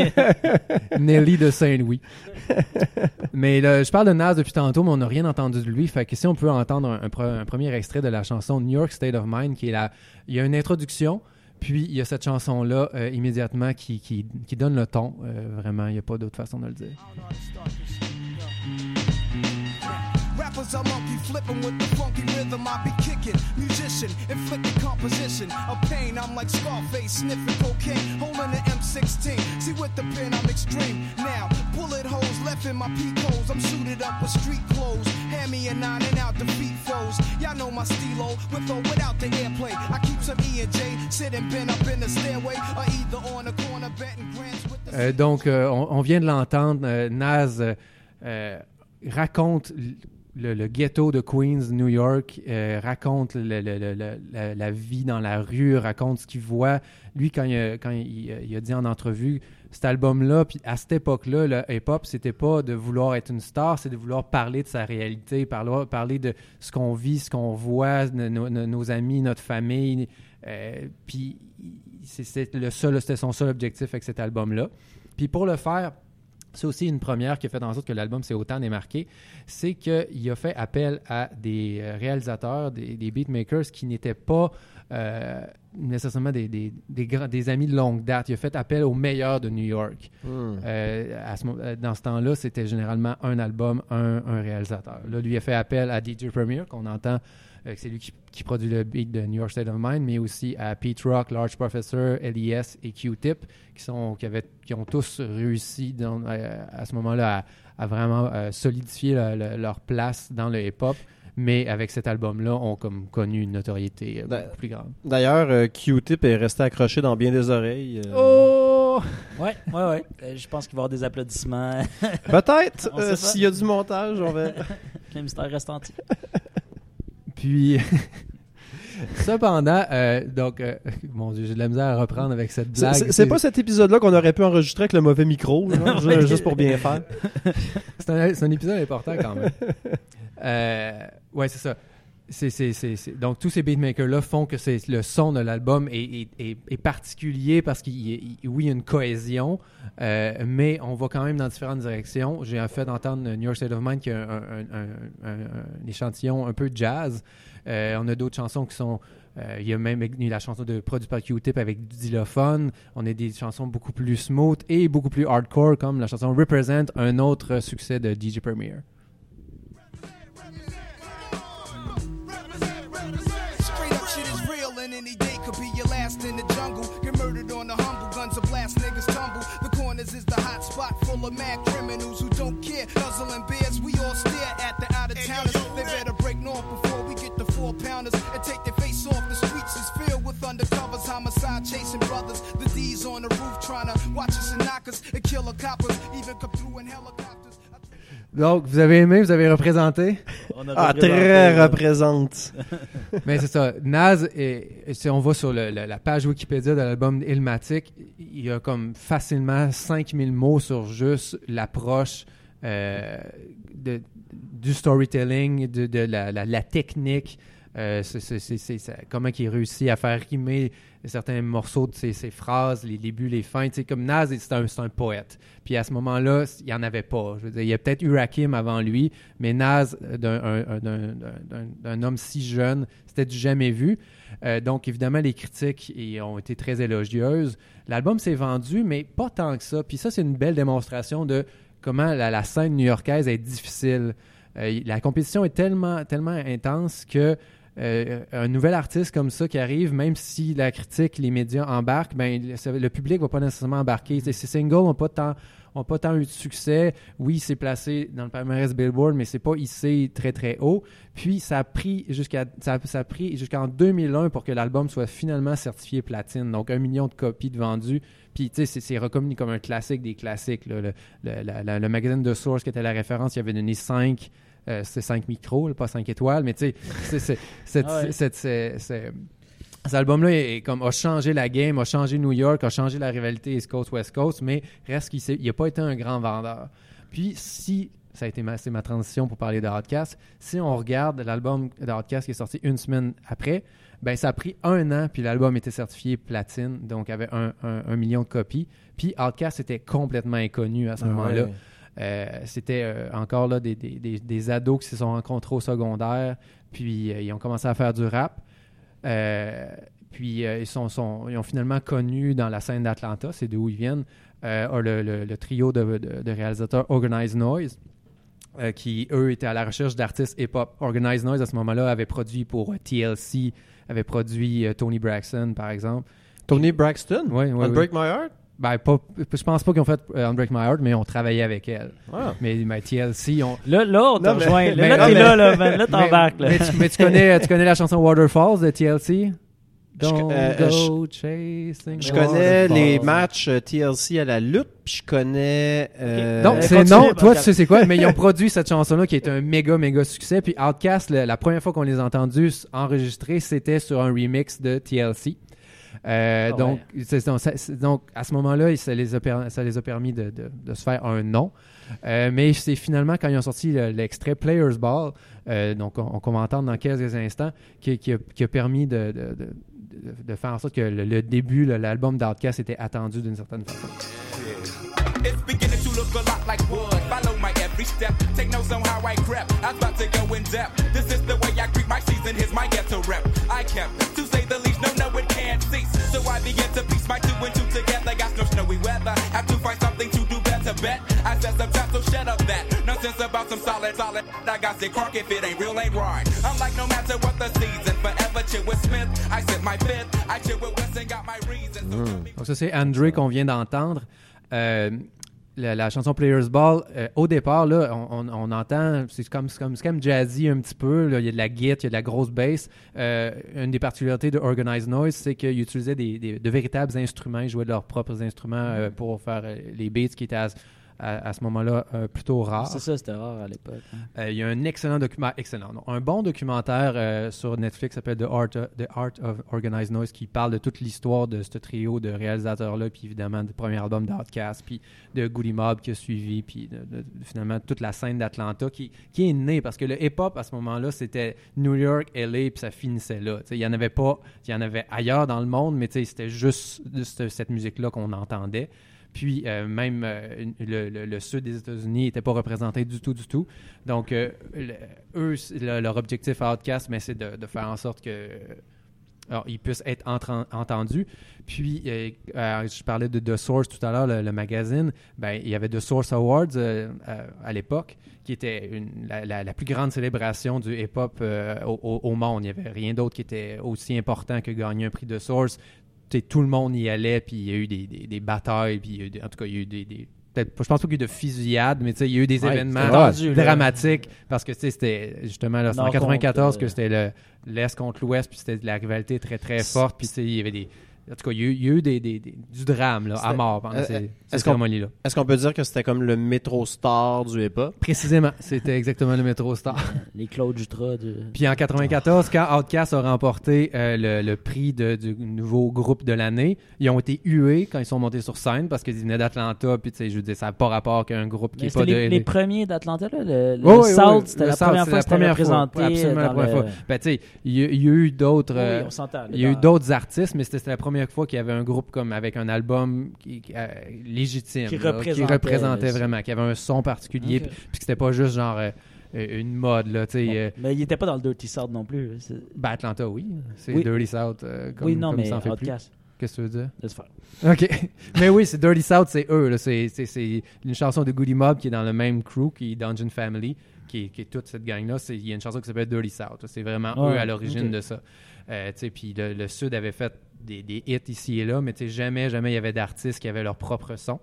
[SPEAKER 3] Nelly de Saint-Louis. Mais là, je parle de Nas depuis tantôt, mais on n'a rien entendu de lui. Fait que si on peut entendre un, un pre- un premier extrait de la chanson New York State of Mind, qui est la... Il y a une introduction, puis il y a cette chanson-là euh, immédiatement qui, qui, qui donne le ton. Euh, vraiment, il n'y a pas d'autre façon de le dire.
[SPEAKER 5] Rappers are monkey flipping with the funky rhythm I be kicking. Musician, inflicting composition of pain. I'm like Scarface, sniffing cocaine, holding an M sixteen. See with the pen I'm extreme. Now, bullet holes left in my peak holes. I'm suited up with street clothes. Hand me a nine and out the beat foes. Y'all know my stilo, with or without the airplay. I keep some E and J, sitting bent up in the stairway, or either on the corner betting grants with the...
[SPEAKER 3] Euh, donc, euh, on, on vient de l'entendre. euh, Nas euh, euh, raconte l- le, le ghetto de Queens, New York, euh, raconte le, le, le, le, la, la vie dans la rue, raconte ce qu'il voit. Lui, quand il a, quand il, il a dit en entrevue, cet album-là, puis à cette époque-là, le hip-hop, c'était pas de vouloir être une star, c'est de vouloir parler de sa réalité, parler, parler de ce qu'on vit, ce qu'on voit, nos, nos, nos amis, notre famille. Euh, puis c'est, c'est le seul, c'était son seul objectif avec cet album-là. Puis pour le faire, c'est aussi une première qui a fait en sorte que l'album s'est autant démarqué, c'est qu'il a fait appel à des réalisateurs, des, des beatmakers qui n'étaient pas euh, nécessairement des, des, des, grands, des amis de longue date. Il a fait appel aux meilleurs de New York. Mm. Euh, à ce, dans ce temps-là, c'était généralement un album, un, un réalisateur. Là, lui a fait appel à D J Premier, qu'on entend, euh, c'est lui qui, qui produit le beat de New York State of Mind, mais aussi à Pete Rock, Large Professor, L I S et Q-Tip, qui, sont, qui, avaient, qui ont tous réussi dans, à, à ce moment-là à, à vraiment euh, solidifier la, la, leur place dans le hip-hop. Mais avec cet album-là, ont comme connu une notoriété euh, beaucoup plus grande.
[SPEAKER 1] D'ailleurs, euh, Q-Tip est resté accroché dans bien des oreilles. Euh...
[SPEAKER 2] Oh! Ouais, ouais, ouais. Euh, je pense qu'il va y avoir des applaudissements.
[SPEAKER 1] Peut-être. euh, s'il y a du montage, on va...
[SPEAKER 2] Le mystère reste entier.
[SPEAKER 3] Puis... Cependant, euh, donc, euh, mon Dieu, j'ai de la misère à reprendre avec cette blague.
[SPEAKER 1] C'est, c'est, c'est pas cet épisode-là qu'on aurait pu enregistrer avec le mauvais micro, genre, juste, juste pour bien faire.
[SPEAKER 3] c'est, un, c'est un épisode important quand même. Euh, ouais, c'est ça. C'est, c'est, c'est, c'est... Donc, tous ces beatmakers-là font que c'est, le son de l'album est, est, est, est particulier parce qu'il y a, oui, il y a une cohésion, euh, mais on va quand même dans différentes directions. J'ai fait entendre New York State of Mind qui a un, un, un, un, un échantillon un peu jazz. Euh, on a d'autres chansons qui sont... Euh, il y a même la chanson de produit par Q-Tip avec du xylophone. On a des chansons beaucoup plus smooth et beaucoup plus hardcore, comme la chanson Represent, un autre succès de D J Premier.
[SPEAKER 6] Is the hot spot full of mad criminals who don't care. Nuzzling bears, we all stare at the out of towners. They better break north before we get the four pounders and take their face off. The streets is filled with undercovers, homicide chasing brothers. The D's on the roof trying to watch us and knock us and kill a coppers, even come through in helicopters.
[SPEAKER 3] Donc, vous avez aimé, vous avez représenté?
[SPEAKER 2] On a
[SPEAKER 1] ah, très euh... représente.
[SPEAKER 3] Mais c'est ça. Naz, et, et si on va sur le, le, la page Wikipédia de l'album Illmatic, il y a comme facilement cinq mille mots sur juste l'approche euh, de, du storytelling, de, de la, la, la technique. Euh, c'est, c'est, c'est, c'est, c'est, comment il réussit à faire rimer certains morceaux de ses, ses phrases, les débuts, les fins. Tu sais, comme Naz, c'est un, c'est un poète. Puis à ce moment-là, il n'y en avait pas. Je veux dire, il y a peut-être eu Rakim avant lui, mais Naz, d'un, un, d'un, d'un, d'un homme si jeune, c'était du jamais vu. Euh, donc, évidemment, les critiques ont été très élogieuses. L'album s'est vendu, mais pas tant que ça. Puis ça, c'est une belle démonstration de comment la, la scène new-yorkaise est difficile. Euh, la compétition est tellement, tellement intense que Euh, un nouvel artiste comme ça qui arrive, même si la critique, les médias embarquent, ben, le, le public ne va pas nécessairement embarquer. Ces singles n'ont pas tant, ont pas tant eu de succès. Oui, c'est placé dans le palmarès Billboard, mais c'est pas hissé très très haut. Puis ça a pris jusqu'à ça, ça a pris jusqu'en deux mille un pour que l'album soit finalement certifié platine. Donc un million de copies de vendues. Puis tu sais, c'est, c'est reconnu comme un classique des classiques. Là. Le, le, la, la, le magazine de Source qui était la référence, il avait donné cinq. Euh, c'est cinq micros, là, pas cinq étoiles, mais tu sais, c'est, c'est, c'est, ah ouais. c'est, c'est, c'est, cet album-là est, est comme, a changé la game, a changé New York, a changé la rivalité East Coast-West Coast, mais reste qu'il n'a pas été un grand vendeur. Puis, si, ça a été ma, c'est ma transition pour parler de Outkast, si on regarde l'album de Outkast qui est sorti une semaine après, ben ça a pris un an, puis l'album était certifié platine, donc avait un, un, un million de copies. Puis Outkast était complètement inconnu à ce ah moment-là. Ouais. Euh, c'était euh, encore là des, des, des, des ados qui se sont rencontrés au secondaire, puis euh, ils ont commencé à faire du rap. Euh, puis euh, ils, sont, sont, ils ont finalement connu dans la scène d'Atlanta, c'est d'où ils viennent, euh, le, le, le trio de, de, de réalisateurs Organized Noise, euh, qui eux étaient à la recherche d'artistes hip-hop. Organized Noise à ce moment-là avait produit pour T L C, avait produit euh, Tony Braxton par exemple.
[SPEAKER 1] Tony Braxton?
[SPEAKER 3] Oui, oui.
[SPEAKER 1] Unbreak
[SPEAKER 3] oui.
[SPEAKER 1] My Heart?
[SPEAKER 3] Ben, pas, je pense pas qu'ils ont fait uh, Unbreak My Heart, mais on travaillait avec elle. Ah. Mais, mais T L C, on...
[SPEAKER 2] Là, là on te rejoint. Là, là, t'es là, là, ben, là, t'embarques.
[SPEAKER 3] Mais, mais, tu, mais tu, connais, tu connais la chanson Waterfalls de T L C? Don't
[SPEAKER 1] euh,
[SPEAKER 3] go chasing.
[SPEAKER 1] Je connais
[SPEAKER 3] waterfalls.
[SPEAKER 1] les matchs euh, T L C à la lutte, puis je connais... euh,
[SPEAKER 3] Donc,
[SPEAKER 2] Euh,
[SPEAKER 3] c'est
[SPEAKER 2] continue,
[SPEAKER 3] non, toi,
[SPEAKER 2] Pascal.
[SPEAKER 3] tu sais c'est quoi, mais ils ont produit cette chanson-là qui est un méga, méga succès. Puis Outkast, le- la première fois qu'on les a entendus enregistrer, c'était sur un remix de T L C. Euh,
[SPEAKER 2] Ah
[SPEAKER 3] donc, c'est- donc, ça- c'est- donc, à ce moment-là, ça les a, per- ça les a permis de, de- de se faire un nom. Euh, mais c'est finalement quand ils ont sorti le- l'extrait Players Ball, euh, donc on, on va entendre dans quelques instants, qui, qui a, qui a permis de, de, de, de- de faire en sorte que le, le début, le- l'album d'Outkast était attendu d'une certaine façon.
[SPEAKER 7] It's beginning to look a lot like wood. Follow my every step. Take notes on how I crept. I was about to go in depth. This is the way I greet my season. Here's my ghetto rep. I kept, to say the least, no, no, it can't cease. So I began to piece my two and two together. Got no snowy weather. Have to find something to do better. Bet I said some time, so shut up that. Nonsense about some solid, solid. I got sick crunk if it ain't real, ain't right. I'm like, no matter what the season, forever chill with Smith. I said my fifth. I chill with Weston, got my reasons. So tell me-
[SPEAKER 3] Donc ça, c'est Andre qu'on vient d'entendre. Euh, la, la chanson Players Ball, euh, au départ, là, on, on, on entend, c'est comme, c'est comme, c'est comme jazzy un petit peu. Là. Il y a de la guitare, il y a de la grosse bass. Euh, une des particularités de Organized Noise, c'est qu'ils utilisaient des, des, de véritables instruments. Ils jouaient de leurs propres instruments euh, pour faire euh, les beats qui étaient à, à, à ce moment-là euh, plutôt rares.
[SPEAKER 2] C'est ça, c'était rare à l'époque. hein.
[SPEAKER 3] Euh, il y a un excellent documentaire, excellent, non, un bon documentaire euh, sur Netflix qui s'appelle The Art, of, The Art of Organized Noise qui parle de toute l'histoire de ce trio de réalisateurs-là, puis évidemment du premier album d'Outkast, puis de Goody Mob qui a suivi, puis de, de, de, finalement toute la scène d'Atlanta qui, qui est née parce que le hip-hop à ce moment-là c'était New York, L A, puis ça finissait là. T'sais, il y en avait pas, il y en avait ailleurs dans le monde, mais t'sais, c'était juste cette, cette musique-là qu'on entendait. Puis euh, même euh, le, le, le sud des États-Unis n'était pas représenté du tout, du tout. Donc, euh, le, eux, le, leur objectif à Outkast, mais c'est de, de faire en sorte que alors, ils puissent être entre, entendus. Puis, euh, euh, je parlais de The Source tout à l'heure, le, le magazine. Ben, il y avait The Source Awards euh, à, à l'époque, qui était une, la, la, la plus grande célébration du hip-hop euh, au, au monde. Il n'y avait rien d'autre qui était aussi important que gagner un prix de Source. T'sais, tout le monde y allait, puis il y a eu des, des, des batailles, puis il y a eu des, en tout cas, il y a eu des... des peut-être, je pense pas qu'il y a eu de fusillade, mais il y a eu des
[SPEAKER 2] Ouais,
[SPEAKER 3] événements
[SPEAKER 2] c'était tendu, là.
[SPEAKER 3] dramatiques, parce que c'était justement là, c'est en
[SPEAKER 2] Nord
[SPEAKER 3] quatre-vingt-quatorze
[SPEAKER 2] contre,
[SPEAKER 3] que
[SPEAKER 2] euh,
[SPEAKER 3] c'était le, l'Est contre l'Ouest, puis c'était de la rivalité très très forte, puis il y avait des... En tout cas, il y a eu, il y a eu des, des, des, du drame là, à
[SPEAKER 1] C'était-
[SPEAKER 3] mort pendant
[SPEAKER 1] euh,
[SPEAKER 3] ces,
[SPEAKER 1] euh,
[SPEAKER 3] ces
[SPEAKER 1] est-ce qu'on-
[SPEAKER 3] cérémonies-là.
[SPEAKER 1] Est-ce qu'on peut dire que c'était comme le métro star du hip-hop?
[SPEAKER 3] Précisément, c'était exactement le Métro Star.
[SPEAKER 2] Les Claude Jutras de...
[SPEAKER 3] Puis en quatre-vingt-quatorze, quand Outkast a remporté euh, le, le prix de, du nouveau groupe de l'année, ils ont été hués quand ils sont montés sur scène parce qu'ils venaient d'Atlanta. Puis tu sais, je veux dire, ça n'a pas rapport qu'un groupe qui
[SPEAKER 2] Mais
[SPEAKER 3] n'est pas
[SPEAKER 2] c'était
[SPEAKER 3] de.
[SPEAKER 2] les, les premiers d'Atlanta, là, le, le
[SPEAKER 3] Oui, oui,
[SPEAKER 2] South,
[SPEAKER 3] oui,
[SPEAKER 2] c'était
[SPEAKER 3] le
[SPEAKER 2] la
[SPEAKER 3] South,
[SPEAKER 2] première
[SPEAKER 3] c'est
[SPEAKER 2] fois
[SPEAKER 3] la
[SPEAKER 2] que c'était
[SPEAKER 3] première fois.
[SPEAKER 2] représenté.
[SPEAKER 3] Absolument la
[SPEAKER 2] dans
[SPEAKER 3] première
[SPEAKER 2] le-
[SPEAKER 3] fois. Ben, tu sais, il y, a- il y a eu d'autres.
[SPEAKER 2] Oui,
[SPEAKER 3] euh,
[SPEAKER 2] on s'entend.
[SPEAKER 3] il y a eu
[SPEAKER 2] dans-
[SPEAKER 3] d'autres artistes, mais c'était, c'était la première fois qu'il y avait un groupe comme avec un album qui, qui, euh, légitime,
[SPEAKER 2] Qui
[SPEAKER 3] là,
[SPEAKER 2] représentait,
[SPEAKER 3] représentait
[SPEAKER 2] là,
[SPEAKER 3] vraiment, qui avait un son particulier,
[SPEAKER 2] Ok.
[SPEAKER 3] puis, puis que c'était pas juste genre euh, euh, une mode là, tu sais.
[SPEAKER 2] Bon,
[SPEAKER 3] euh,
[SPEAKER 2] mais il n'était pas dans le Dirty South non plus. c'est-
[SPEAKER 3] ben, Atlanta, oui, c'est
[SPEAKER 2] Oui.
[SPEAKER 3] Dirty South, euh, comme,
[SPEAKER 2] oui, non,
[SPEAKER 3] comme
[SPEAKER 2] mais
[SPEAKER 3] ça en fait plus.
[SPEAKER 2] Outkast,
[SPEAKER 3] Qu'est-ce que tu veux dire?
[SPEAKER 2] laisse faire.
[SPEAKER 3] OK. Mais oui, c'est Dirty South, c'est eux. Là. C'est, c'est, c'est une chanson de Goody Mob qui est dans le même crew, qui est Dungeon Family, qui est, qui est toute cette gang-là. C'est, il y a une chanson qui s'appelle Dirty South. C'est vraiment
[SPEAKER 2] Ouais,
[SPEAKER 3] eux à l'origine
[SPEAKER 2] ok.
[SPEAKER 3] de ça. Euh, tu sais, puis le, le Sud avait fait des, des hits ici et là, mais tu sais, jamais, jamais il y avait d'artistes qui avaient leur propre son.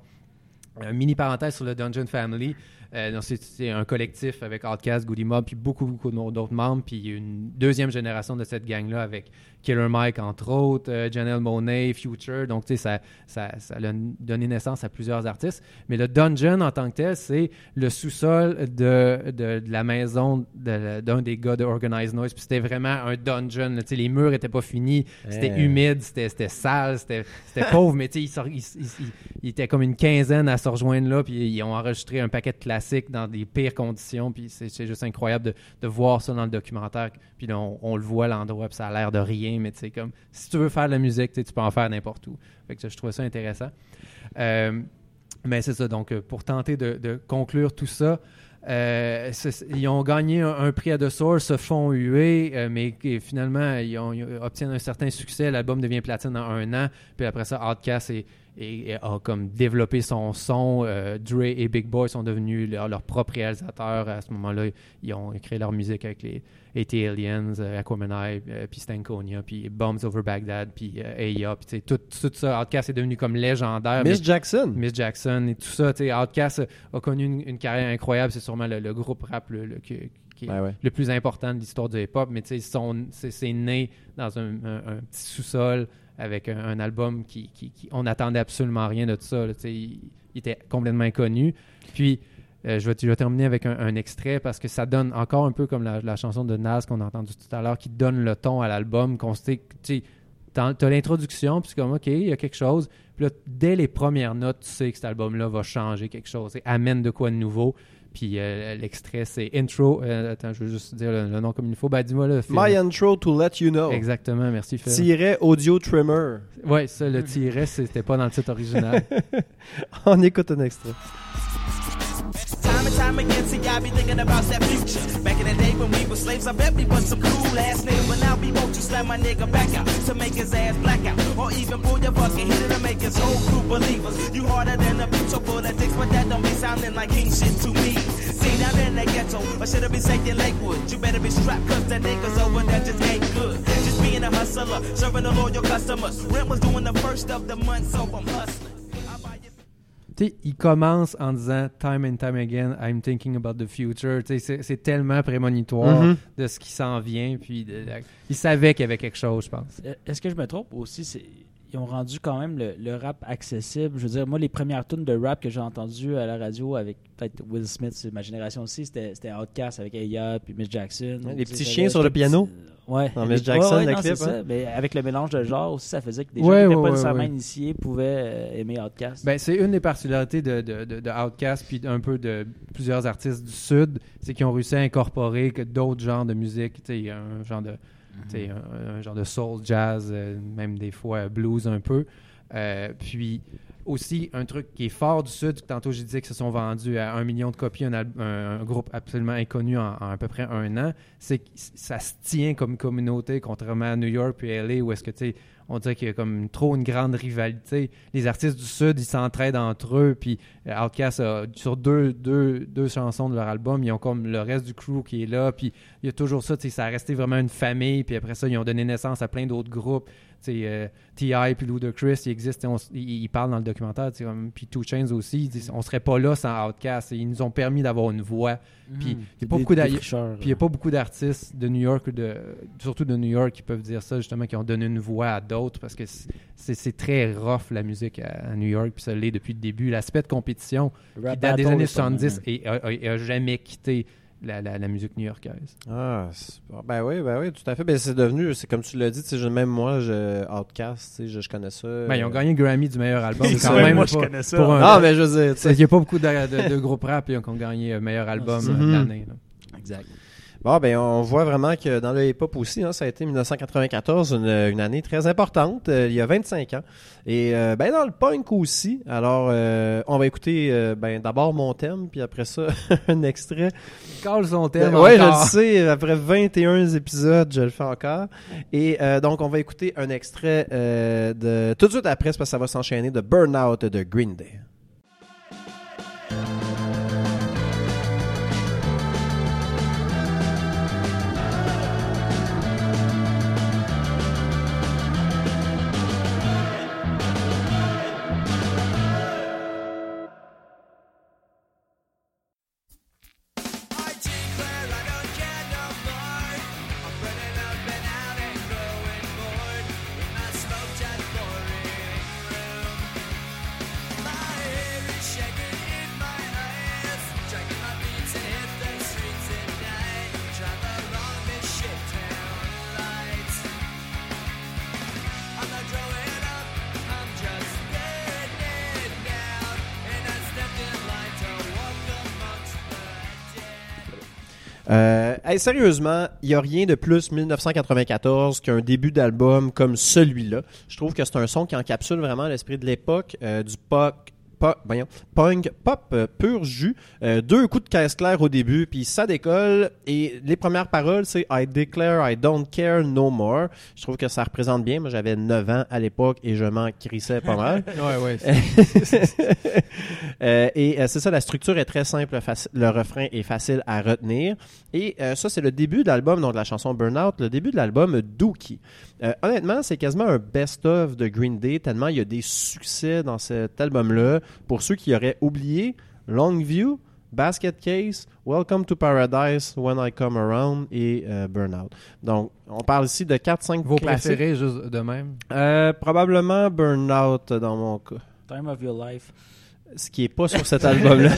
[SPEAKER 3] Un mini parenthèse sur le Dungeon Family. Euh, donc c'est, c'est un collectif avec Outkast, Goody Mob, puis beaucoup, beaucoup d'autres membres. Puis il y a une deuxième génération de cette gang-là avec Killer Mike, entre autres, euh, Janelle Monáe, Future. Donc, tu sais, ça, ça, ça a donné naissance à plusieurs artistes. Mais le Dungeon, en tant que tel, c'est le sous-sol de, de, de la maison de, d'un des gars de Organized Noise. Puis c'était vraiment un dungeon. Tu sais, les murs n'étaient pas finis. C'était
[SPEAKER 1] Eh.
[SPEAKER 3] humide, c'était, c'était sale, c'était, c'était pauvre. Mais tu sais, ils, sor- ils, ils, ils- ils étaient comme une quinzaine à se rejoindre là. Puis ils ont enregistré un paquet de classiques dans des pires conditions. Puis c'est, c'est juste incroyable de, de voir ça dans le documentaire. Puis là, on, on le voit, l'endroit, puis ça a l'air de rien. Mais tu sais, comme si tu veux faire de la musique, tu sais, tu peux en faire n'importe où. Fait que je trouvais ça intéressant. Euh, mais c'est ça. Donc, euh, pour tenter de, de conclure tout ça, euh, c'est- ils ont gagné un, un prix à The Source, se font huer, euh, mais qui, finalement, ils, ont, ils obtiennent un certain succès. L'album devient platine en un an. Puis après ça, Outkast est, est- est- a comme développé son son. Euh, Dre et Big Boy sont devenus leurs leur propres réalisateurs. À ce moment-là, ils ont créé leur musique avec les A T Aliens, euh, Aquemini, euh, puis Stankonia, puis Bombs Over Baghdad, puis euh, A I A, puis tu sais, tout, tout ça. Outkast est devenu comme légendaire.
[SPEAKER 1] Miss
[SPEAKER 3] mais-
[SPEAKER 1] Jackson.
[SPEAKER 3] Miss Jackson et tout ça. Tu sais, Outkast a connu une, une carrière incroyable. C'est sûrement le, le groupe rap le, le- qui, qui est
[SPEAKER 1] Ben ouais.
[SPEAKER 3] le plus important de l'histoire du hip-hop, mais tu sais, ils sont- c'est, c'est né dans un, un- un petit sous-sol avec un, un album qui, qui, qui- on n'attendait absolument rien de tout ça. Là, tu sais, il, il était complètement inconnu. Puis, euh, je, vais, je vais terminer avec un, un extrait parce que ça donne encore un peu comme la, la chanson de Nas qu'on a entendue tout à l'heure, qui donne le ton à l'album. Qu'on sait, tu sais, t'as, t'as l'introduction, puis c'est comme, OK, il y a quelque chose. Puis là, dès les premières notes, tu sais que cet album-là va changer quelque chose. Et amène de quoi de nouveau. Puis euh, l'extrait, c'est Intro. Euh, attends, je veux juste dire le, le nom comme il faut. Ben, dis-moi le film.
[SPEAKER 1] My intro to let you know.
[SPEAKER 3] Exactement, merci Phil.
[SPEAKER 1] Tiret audio trimmer.
[SPEAKER 3] Ouais, ça, le tiret, c'était pas dans le titre original.
[SPEAKER 1] On écoute un extrait.
[SPEAKER 5] Time and time again, see, I be thinking about that future. Back in the day when we were slaves, I bet we was some cool ass niggas. But now we won't you slam my nigga back out to make his ass black out. Or even pull your fucking hitter to make his whole crew believers. You harder than a bitch, so full of dicks, but that don't be sounding like king shit to me. See, down in the ghetto, or should I be saying Lakewood? You better be strapped, cause the niggas over there just ain't good. Just being a hustler, serving the loyal customers. Rent was doing the first of the month, so I'm hustling.
[SPEAKER 3] Tu sais, il commence en disant « Time and time again, I'm thinking about the future ». Tu sais, c'est, c'est tellement prémonitoire
[SPEAKER 1] Mm-hmm.
[SPEAKER 3] de ce qui s'en vient. Puis de- de- il savait qu'il y avait quelque chose, je pense.
[SPEAKER 2] Euh, Est-ce que je me trompe aussi? C'est... Ils ont rendu quand même le, le rap accessible. Je veux dire, moi, les premières tunes de rap que j'ai entendues à la radio avec peut-être Will Smith, c'est ma génération aussi, c'était, c'était Outkast avec Aya puis Miss Jackson.
[SPEAKER 1] Ouais,
[SPEAKER 2] Ou,
[SPEAKER 1] les
[SPEAKER 2] tu sais,
[SPEAKER 1] petits
[SPEAKER 2] j'avais-
[SPEAKER 1] chiens sur le
[SPEAKER 2] j'étais
[SPEAKER 1] piano.
[SPEAKER 2] petit- Ouais.
[SPEAKER 1] Dans
[SPEAKER 2] Les-
[SPEAKER 1] Miss Jackson,
[SPEAKER 2] ouais, ouais,
[SPEAKER 1] le
[SPEAKER 2] non,
[SPEAKER 1] clip,
[SPEAKER 2] c'est
[SPEAKER 1] hein.
[SPEAKER 2] ça. Mais avec le mélange de genres aussi, ça faisait que des
[SPEAKER 3] Ouais,
[SPEAKER 2] gens qui n'étaient
[SPEAKER 3] ouais,
[SPEAKER 2] pas
[SPEAKER 3] ouais,
[SPEAKER 2] nécessairement
[SPEAKER 3] ouais.
[SPEAKER 2] initiés pouvaient euh, aimer Outkast.
[SPEAKER 3] Ben, c'est une des particularités de, de, de, de Outkast puis un peu de plusieurs artistes du Sud, c'est qu'ils ont réussi à incorporer que d'autres genres de musique, tu sais, un genre de, tu sais, un, un genre de soul, jazz, euh, même des fois blues un peu. Euh, puis aussi, un truc qui est fort du Sud, tantôt j'ai dit que se sont vendus à un million de copies, un, al- un, un groupe absolument inconnu en, en à peu près un an, c'est que ça se tient comme communauté, contrairement à New York puis L A, où est-ce que, tu sais, on dirait qu'il y a comme une- trop une grande rivalité. Les artistes du Sud, ils s'entraident entre eux, puis euh, Outkast, a, sur deux, deux, deux chansons de leur album, ils ont comme le reste du crew qui est là, puis il y a toujours ça, tu sais, ça a resté vraiment une famille, puis après ça, ils ont donné naissance à plein d'autres groupes. Tu sais, euh, T I puis Ludacris, ils existent, on s- ils, ils parlent dans le documentaire, tu sais, comme- puis two Chainz aussi, ils disent, on serait pas là sans Outkast, et ils nous ont permis d'avoir une voix. Puis il n'y a pas
[SPEAKER 2] Des-
[SPEAKER 3] beaucoup
[SPEAKER 2] des
[SPEAKER 3] d'a-
[SPEAKER 2] tricheurs,
[SPEAKER 3] puis il y a pas beaucoup d'artistes de New York, ou de, surtout de New York, qui peuvent dire ça, justement, qui ont donné une voix à d'autres, parce que c'est, c'est, c'est très rough, la musique à, à New York, puis ça l'est depuis le début. L'aspect de compétition,
[SPEAKER 2] Le
[SPEAKER 3] qui
[SPEAKER 2] rap
[SPEAKER 3] date des
[SPEAKER 2] battle
[SPEAKER 3] années
[SPEAKER 2] est pas
[SPEAKER 3] soixante-dix,
[SPEAKER 2] mal.
[SPEAKER 3] et a, a- a jamais quitté la, la, la musique new-yorkaise.
[SPEAKER 1] Ah, c'est- ben oui, ben oui, tout à fait. Ben c'est devenu, c'est comme tu l'as dit, tu sais, je- même moi, je, Outkast, tu sais, je, je connais ça.
[SPEAKER 3] Ben, ils ont gagné le Grammy du meilleur album, mais quand
[SPEAKER 2] Ouais,
[SPEAKER 3] même
[SPEAKER 2] moi,
[SPEAKER 3] pas-
[SPEAKER 2] je connais ça.
[SPEAKER 3] pour un-
[SPEAKER 1] Ah, mais je veux dire, tu sais.
[SPEAKER 3] Il n'y a pas beaucoup de, de, de groupes rap là, qui ont gagné le meilleur album
[SPEAKER 2] c'est
[SPEAKER 3] euh,
[SPEAKER 1] ça.
[SPEAKER 3] de l'année. là.
[SPEAKER 2] Exact.
[SPEAKER 1] Bon, ben, on voit vraiment que dans le hip-hop aussi, hein, ça a été dix-neuf cent quatre-vingt-quatorze, une, une année très importante, euh, il y a vingt-cinq ans. Et euh, ben, dans le punk aussi. Alors, euh, on va écouter euh, ben, d'abord mon thème, puis après ça, un extrait.
[SPEAKER 3] Call son thème.
[SPEAKER 1] Oui, je
[SPEAKER 3] encore.
[SPEAKER 1] le sais, après vingt et un épisodes, je le fais encore. Et euh, donc, on va écouter un extrait euh, de tout de suite après, c'est parce que ça va s'enchaîner, de Burnout de Green Day.
[SPEAKER 5] I declare I don't care no more. I'm burning up and out and growing bored in my smoke-jet boring room. My hair is shaking in my eyes, dragging my feet to hit the streets at night. Travel along this shit town lights. I'm not growing up, I'm just getting down, and I stepped in line to walk amongst the dead.
[SPEAKER 1] Euh, hey, sérieusement, il n'y a rien de plus dix-neuf cent quatre-vingt-quatorze qu'un début d'album comme celui-là. Je trouve que c'est un son qui encapsule vraiment l'esprit de l'époque, euh, du pop, pop, voyons, punk pop euh, pur jus. Euh, deux coups de caisse claire au début, puis ça décolle. Et les premières paroles, c'est « I declare I don't care no more ». Je trouve que ça représente bien. Moi, j'avais neuf ans à l'époque et je m'en crissais pas mal.
[SPEAKER 3] Ouais, ouais. c'est-
[SPEAKER 1] Euh, et euh, c'est ça, la structure est très simple, faci- le refrain est facile à retenir. Et euh, ça, c'est le début de l'album, donc de la chanson Burnout, le début de l'album Dookie. Euh, honnêtement, c'est quasiment un best-of de Green Day, tellement il y a des succès dans cet album-là. Pour ceux qui auraient oublié, Longview, Basket Case, Welcome to Paradise, When I Come Around et euh, Burnout. Donc, on parle ici de quatre cinq
[SPEAKER 3] Vos
[SPEAKER 1] classiques.
[SPEAKER 3] préférés, juste de même?
[SPEAKER 1] Euh, probablement Burnout dans mon cas.
[SPEAKER 2] Time of Your Life.
[SPEAKER 1] Ce qui n'est pas sur cet album-là.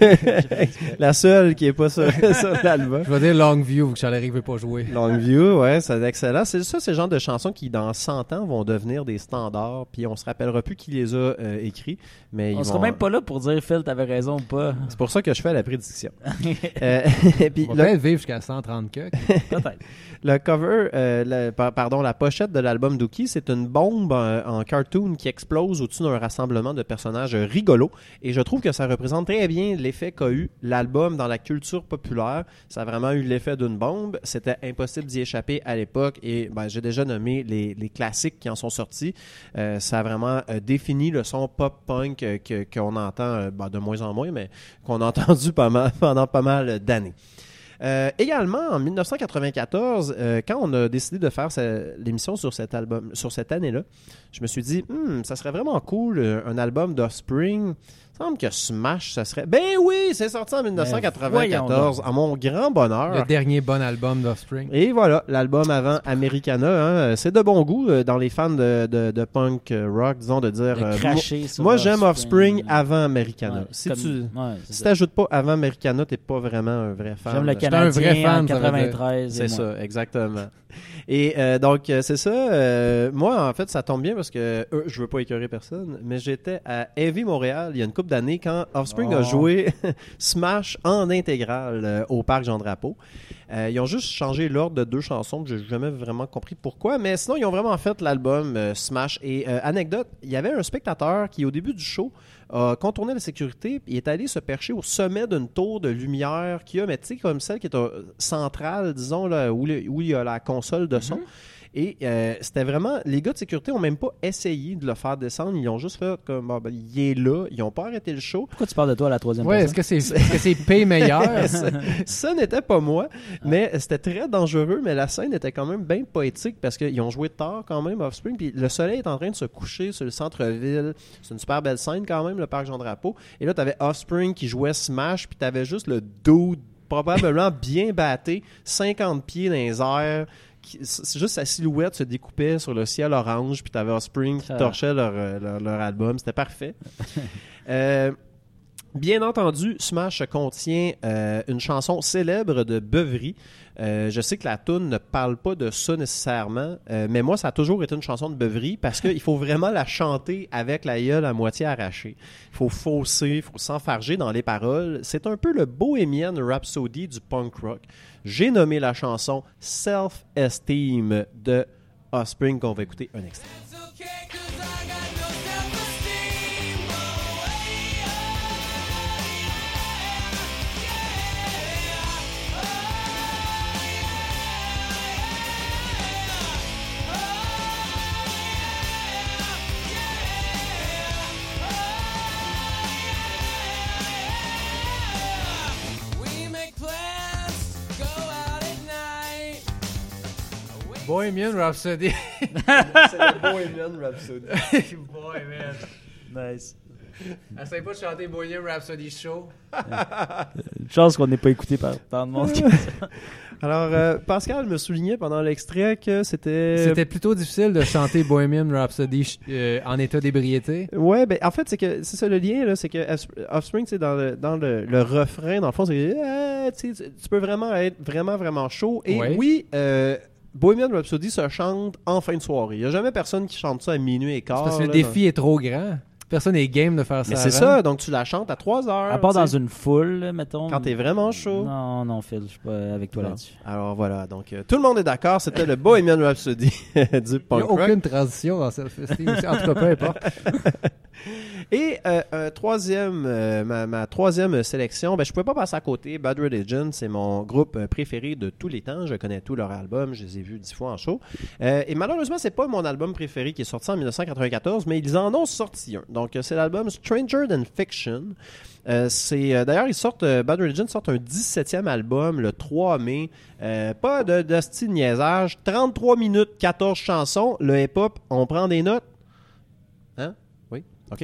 [SPEAKER 1] La seule qui n'est pas sur, sur l'album.
[SPEAKER 3] Je vais dire Longview, vu que Charles ne veut pas jouer.
[SPEAKER 1] Longview, ouais, c'est excellent. C'est ça, c'est le genre de chansons qui, dans cent ans, vont devenir des standards, puis on se rappellera plus qui les a euh, écrits. Mais
[SPEAKER 2] On
[SPEAKER 1] ils
[SPEAKER 2] sera
[SPEAKER 1] vont...
[SPEAKER 2] même pas là pour dire Phil, t'avais raison ou pas.
[SPEAKER 1] C'est pour ça que je fais la prédiction. euh, puis
[SPEAKER 3] On
[SPEAKER 1] le,
[SPEAKER 3] va peut-être vivre jusqu'à cent trente que.
[SPEAKER 2] Peut-être.
[SPEAKER 1] le cover, euh, le- par- pardon, la pochette de l'album Dookie, c'est une bombe en, en cartoon qui explose au-dessus d'un rassemblement de personnages rigolos. Et je trouve que ça représente très bien l'effet qu'a eu l'album dans la culture populaire. Ça a vraiment eu l'effet d'une bombe. C'était impossible d'y échapper à l'époque. Et ben, j'ai déjà nommé les, les classiques qui en sont sortis. Euh, ça a vraiment euh, défini le son pop-punk euh, que- qu'on entend euh, ben, de moins en moins, mais qu'on a entendu pas mal, pendant pas mal d'années. Euh, également, en dix-neuf cent quatre-vingt-quatorze, euh, quand on a décidé de faire ce- l'émission sur cet album, sur cette année-là, je me suis dit, hmm, ça serait vraiment cool, euh, un album d'Offspring. Il me semble que Smash, ça serait... Ben oui, c'est sorti en dix-neuf cent quatre-vingt-quatorze, à mon grand bonheur.
[SPEAKER 3] Le dernier bon album d'Offspring.
[SPEAKER 1] Et voilà, l'album avant Americana, hein, c'est de bon goût euh, dans les fans de, de, de punk euh, rock, disons, de dire...
[SPEAKER 2] De
[SPEAKER 1] euh,
[SPEAKER 2] cracher
[SPEAKER 1] moi,
[SPEAKER 2] sur
[SPEAKER 1] moi, j'aime Offspring avant Americana.
[SPEAKER 2] Ouais,
[SPEAKER 1] si
[SPEAKER 2] comme-
[SPEAKER 1] tu
[SPEAKER 2] ouais, c'est
[SPEAKER 1] si
[SPEAKER 2] ça.
[SPEAKER 1] t'ajoutes pas avant Americana, t'es pas vraiment un vrai fan.
[SPEAKER 2] J'aime le
[SPEAKER 1] de-
[SPEAKER 2] Canadien
[SPEAKER 3] un vrai fan,
[SPEAKER 2] en
[SPEAKER 3] ça veut dire.
[SPEAKER 2] quatre-vingt-treize.
[SPEAKER 1] C'est
[SPEAKER 2] et
[SPEAKER 1] ça,
[SPEAKER 2] moi.
[SPEAKER 1] exactement. Et euh, donc, euh, c'est ça. euh, moi, en fait, ça tombe bien parce que euh, je veux pas écœurer personne, mais j'étais à Heavy Montréal il y a une couple d'années quand Offspring a
[SPEAKER 2] Oh.
[SPEAKER 1] joué Smash en intégrale euh, au Parc Jean-Drapeau. Euh, ils ont juste changé l'ordre de deux chansons, j'ai jamais vraiment compris pourquoi, mais sinon, ils ont vraiment fait l'album euh, Smash. Et euh, anecdote, il y avait un spectateur qui, au début du show, a contourné la sécurité, puis il est allé se percher au sommet d'une tour de lumière qui a, mais tu sais, comme celle qui est euh, centrale, disons, là, où, le- où il y a la console de son. Et euh, c'était vraiment... Les gars de sécurité ont même pas essayé de le faire descendre. Ils ont juste fait comme... Bon, ben, il est là. Ils ont pas arrêté le show.
[SPEAKER 2] Pourquoi tu parles de toi à la troisième
[SPEAKER 3] Ouais, est-ce
[SPEAKER 2] personne?
[SPEAKER 3] que c'est est-ce que c'est pay meilleur?
[SPEAKER 1] ça, ça n'était pas moi, mais c'était très dangereux. Mais la scène était quand même bien poétique parce qu'ils ont joué tard quand même, Offspring. Puis le soleil est en train de se coucher sur le centre-ville. C'est une super belle scène quand même, le Parc Jean-Drapeau. Et là, t'avais Offspring qui jouait Smash, puis t'avais juste le dude probablement bien batté, cinquante pieds dans les airs. Qui- c'est juste sa silhouette se découpait sur le ciel orange, puis t'avais Offspring qui
[SPEAKER 2] Ah.
[SPEAKER 1] torchait leur, euh, leur, leur album. C'était parfait. euh, Bien entendu, Smash contient euh, une chanson célèbre de beuverie. Euh, je sais que la toune ne parle pas de ça nécessairement, euh, mais moi, ça a toujours été une chanson de beuverie parce qu'il faut vraiment la chanter avec la gueule à moitié arrachée. Il faut fausser, il faut s'enfarger dans les paroles. C'est un peu le Bohemian Rhapsody du punk rock. J'ai nommé la chanson Self-Esteem de Offspring qu'on va écouter un extrait.
[SPEAKER 5] It's okay, 'cause I got no self-esteem. Oh, hey, oh, yeah, yeah. Oh, yeah, yeah. We make plans, go out at night.
[SPEAKER 3] Bohemian Rhapsody.
[SPEAKER 1] C'est le Bohemian Rhapsody.
[SPEAKER 3] Bohemian.
[SPEAKER 2] Nice.
[SPEAKER 3] Essaye pas de chanter Bohemian Rhapsody Show.
[SPEAKER 2] Une chance qu'on n'ait pas écouté par tant de monde.
[SPEAKER 1] Alors, euh, Pascal me soulignait pendant l'extrait que c'était...
[SPEAKER 3] C'était plutôt difficile de chanter Bohemian Rhapsody euh, en état d'ébriété.
[SPEAKER 1] Ouais, ben en fait, c'est que c'est ça le lien, là, c'est que Offspring, c'est dans le, dans le, le refrain, dans le fond, c'est ah, tu sais, tu peux vraiment être vraiment, vraiment chaud. Et
[SPEAKER 3] Ouais.
[SPEAKER 1] oui, euh, Bohemian Rhapsody se chante en fin de soirée. Il n'y a jamais personne qui chante ça à minuit et
[SPEAKER 3] C'est
[SPEAKER 1] quart.
[SPEAKER 3] parce que le
[SPEAKER 1] là,
[SPEAKER 3] défi est trop grand. Personne n'est game de faire
[SPEAKER 1] dans- Mais
[SPEAKER 3] ça.
[SPEAKER 1] c'est
[SPEAKER 3] avant.
[SPEAKER 1] ça, donc tu la chantes à trois heures.
[SPEAKER 2] À part
[SPEAKER 1] tu
[SPEAKER 2] dans
[SPEAKER 1] sais,
[SPEAKER 2] une foule, là, mettons.
[SPEAKER 1] Quand t'es vraiment chaud.
[SPEAKER 2] Non, non, Phil, je suis pas avec toi
[SPEAKER 1] Non.
[SPEAKER 2] là-dessus.
[SPEAKER 1] Alors voilà, donc euh, tout le monde est d'accord, c'était le Bohemian Rhapsody du
[SPEAKER 3] Il n'y
[SPEAKER 1] punk
[SPEAKER 3] a
[SPEAKER 1] rock.
[SPEAKER 3] aucune transition dans self-esteem. En tout cas, peu importe.
[SPEAKER 1] Et euh, un troisième, euh, ma, ma troisième sélection, ben, je ne pouvais pas passer à côté. Bad Religion, c'est mon groupe euh, préféré de tous les temps. Je connais tous leurs albums, je les ai vus dix fois en show. Euh, et malheureusement, c'est pas mon album préféré qui est sorti en dix-neuf cent quatre-vingt-quatorze, mais ils en ont sorti un. Donc, euh, c'est l'album Stranger Than Fiction. Euh, c'est euh, d'ailleurs ils sortent euh, Bad Religion sort un dix-septième album le trois mai. Euh, pas de, de style niaisage. trente-trois minutes, quatorze chansons. Le hip-hop, on prend des notes. Hein? Oui? OK.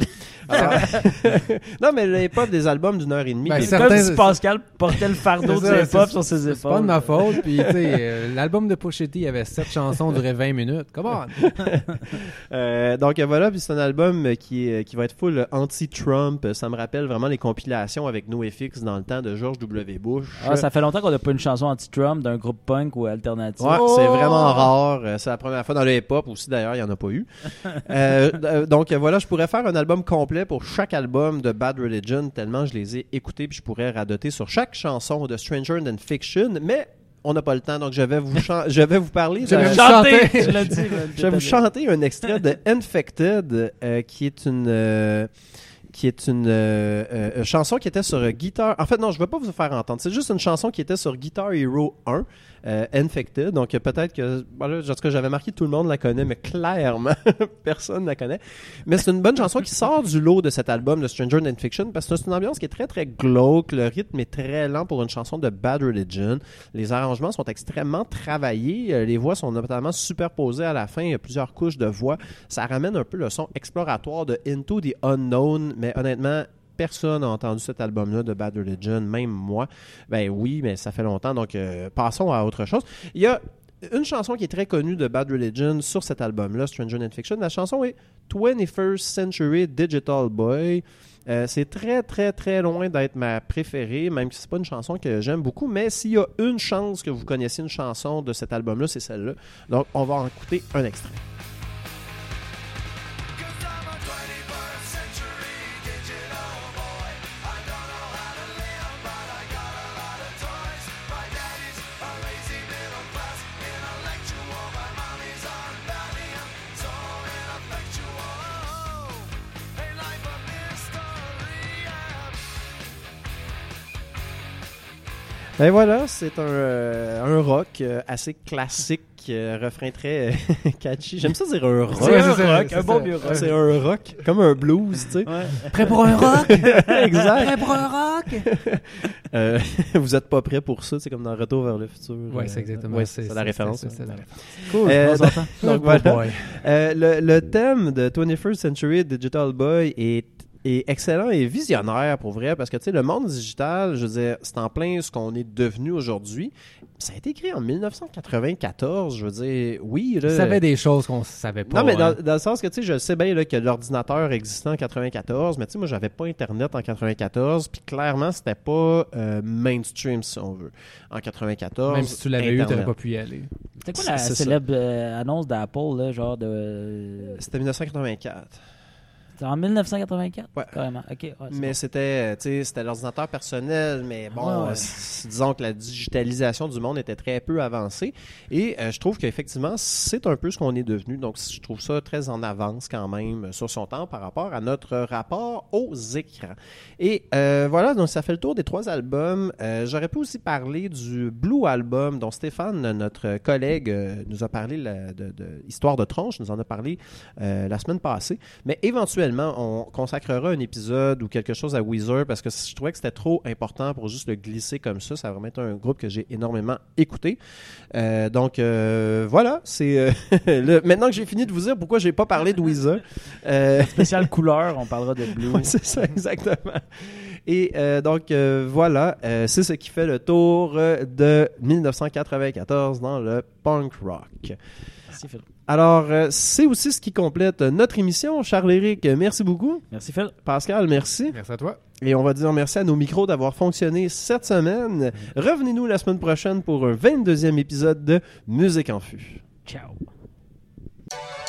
[SPEAKER 1] Alors, non, mais le hip-hop des albums d'une heure et demie.
[SPEAKER 3] Ben,
[SPEAKER 1] puis-
[SPEAKER 2] C'est
[SPEAKER 3] certains-
[SPEAKER 2] comme si Pascal portait le fardeau
[SPEAKER 3] C'est
[SPEAKER 2] du
[SPEAKER 3] ça,
[SPEAKER 2] hip-hop
[SPEAKER 3] c'est-
[SPEAKER 2] sur ses épaules.
[SPEAKER 3] C'est pas de ma faute. Puis, tu sais, euh, l'album de Pusha T, il y avait sept chansons, durait vingt minutes. Come on!
[SPEAKER 1] Euh, donc euh, voilà, puis c'est un album qui, est, qui va être full anti-Trump. Ça me rappelle vraiment les compilations avec NoFX dans le temps de George W. Bush.
[SPEAKER 2] Ah, ça fait longtemps qu'on n'a pas une chanson anti-Trump d'un groupe punk ou alternatif.
[SPEAKER 1] Ouais,
[SPEAKER 2] Oh!
[SPEAKER 1] c'est vraiment rare. Euh, C'est la première fois dans le hip-hop aussi, d'ailleurs, il n'y en a pas eu. Euh, euh, donc euh, voilà, je pourrais faire un album complet pour chaque album de Bad Religion, tellement je les ai écoutés, puis je pourrais radoter sur chaque chanson de Stranger Than Fiction, mais on n'a pas le temps, donc je vais vous, chan- je vais vous parler de...
[SPEAKER 3] Je vais
[SPEAKER 2] Chanter!
[SPEAKER 3] chanter.
[SPEAKER 2] Tu l'as dit. man.
[SPEAKER 1] Je vais vous chanter un extrait de Infected, euh, qui est une... euh, qui est une euh, euh, chanson qui était sur euh, Guitar... En fait, non, je ne vais pas vous faire entendre. C'est juste une chanson qui était sur Guitar Hero un, euh, Infected. Donc, euh, peut-être que... Voilà, parce que j'avais marqué, tout le monde la connaît, mais clairement, personne ne la connaît. Mais c'est une bonne chanson qui sort du lot de cet album de Stranger Than Fiction parce que c'est une ambiance qui est très, très glauque. Le rythme est très lent pour une chanson de Bad Religion. Les arrangements sont extrêmement travaillés. Euh, Les voix sont notamment superposées à la fin. Il y a plusieurs couches de voix. Ça ramène un peu le son exploratoire de Into the Unknown, mais honnêtement, personne n'a entendu cet album-là de Bad Religion, même moi. Ben oui, mais ça fait longtemps, donc euh, passons à autre chose. Il y a une chanson qui est très connue de Bad Religion sur cet album-là, Stranger Than Fiction. La chanson est twenty-first Century Digital Boy. Euh, c'est très, très, très loin d'être ma préférée, même si c'est pas une chanson que j'aime beaucoup, mais s'il y a une chance que vous connaissiez une chanson de cet album-là, c'est celle-là. Donc, on va en écouter un extrait. Et voilà, c'est un, euh, un rock euh, assez classique, euh, refrain très euh, catchy. J'aime ça dire un rock.
[SPEAKER 2] C'est un
[SPEAKER 3] c'est ça,
[SPEAKER 2] rock,
[SPEAKER 3] c'est
[SPEAKER 2] un bon
[SPEAKER 3] ça.
[SPEAKER 2] vieux rock.
[SPEAKER 1] C'est un rock, comme un blues, tu sais.
[SPEAKER 2] Ouais.
[SPEAKER 3] Prêt pour un rock?
[SPEAKER 1] Exact.
[SPEAKER 3] Prêt pour un rock?
[SPEAKER 1] Euh, vous êtes pas prêts pour ça, c'est comme dans Retour vers le futur.
[SPEAKER 3] Ouais,
[SPEAKER 1] Euh,
[SPEAKER 3] c'est exactement
[SPEAKER 1] ouais,
[SPEAKER 3] c'est,
[SPEAKER 1] c'est la référence.
[SPEAKER 3] C'est, c'est, c'est la référence.
[SPEAKER 2] Cool,
[SPEAKER 1] Euh,
[SPEAKER 2] on s'entend.
[SPEAKER 1] Donc
[SPEAKER 3] Oh
[SPEAKER 1] voilà.
[SPEAKER 3] boy.
[SPEAKER 1] Euh, le, le thème de twenty-first Century Digital Boy est, est excellent et visionnaire pour vrai parce que tu sais, le monde digital, je veux dire, c'est en plein ce qu'on est devenu aujourd'hui. Ça a été écrit en dix-neuf cent quatre-vingt-quatorze, je veux dire, oui. Là,
[SPEAKER 3] Il savait des choses qu'on savait pas.
[SPEAKER 1] non, mais dans,
[SPEAKER 3] hein.
[SPEAKER 1] dans le sens que, tu sais, je sais bien là, que l'ordinateur existait en quatre-vingt-quatorze, mais tu sais, moi, j'avais pas Internet en quatre-vingt-quatorze, puis clairement, c'était pas euh, mainstream, si on veut, en quatre-vingt-quatorze.
[SPEAKER 3] Même si tu l'avais eu,
[SPEAKER 1] Internet.
[SPEAKER 3] t'aurais pas pu y aller.
[SPEAKER 2] C'était quoi la
[SPEAKER 1] C'est ça.
[SPEAKER 2] célèbre euh, annonce d'Apple, là, genre de...
[SPEAKER 1] C'était dix-neuf cent quatre-vingt-quatre.
[SPEAKER 2] C'était en dix-neuf cent quatre-vingt-quatre?
[SPEAKER 1] Ouais.
[SPEAKER 2] Carrément, ok. Ouais, c'est
[SPEAKER 1] Mais
[SPEAKER 2] bon.
[SPEAKER 1] c'était, tu sais, c'était l'ordinateur personnel, mais bon,
[SPEAKER 2] Ouais, ouais.
[SPEAKER 1] euh, c- disons que la digitalisation du monde était très peu avancée. Et euh, je trouve qu'effectivement, c'est un peu ce qu'on est devenu. Donc, je trouve ça très en avance quand même sur son temps par rapport à notre rapport aux écrans. Et euh, voilà, donc ça fait le tour des trois albums. Euh, j'aurais pu aussi parler du Blue Album dont Stéphane, notre collègue, euh, nous a parlé la- de, de Histoire de tronche, nous en a parlé euh, la semaine passée. Mais éventuellement, on consacrera un épisode ou quelque chose à Weezer parce que je trouvais que c'était trop important pour juste le glisser comme ça. Ça va vraiment être un groupe que j'ai énormément écouté. Euh, donc euh, voilà, c'est euh, le- maintenant que j'ai fini de vous dire pourquoi j'ai pas parlé de Weezer. Euh,
[SPEAKER 2] Spécial couleur, on parlera de Blue.
[SPEAKER 1] ouais, c'est ça, exactement. Et euh, donc, euh, voilà, euh, c'est ce qui fait le tour euh, de dix-neuf cent quatre-vingt-quatorze dans le punk rock.
[SPEAKER 2] Merci Phil.
[SPEAKER 1] Alors, euh, c'est aussi ce qui complète notre émission. Charles-Éric, merci beaucoup.
[SPEAKER 2] Merci Phil.
[SPEAKER 1] Pascal, merci.
[SPEAKER 3] Merci à toi.
[SPEAKER 1] Et on va dire merci à nos micros d'avoir fonctionné cette semaine. Revenez-nous la semaine prochaine pour un vingt-deuxième épisode de Musique en Fût.
[SPEAKER 2] Ciao.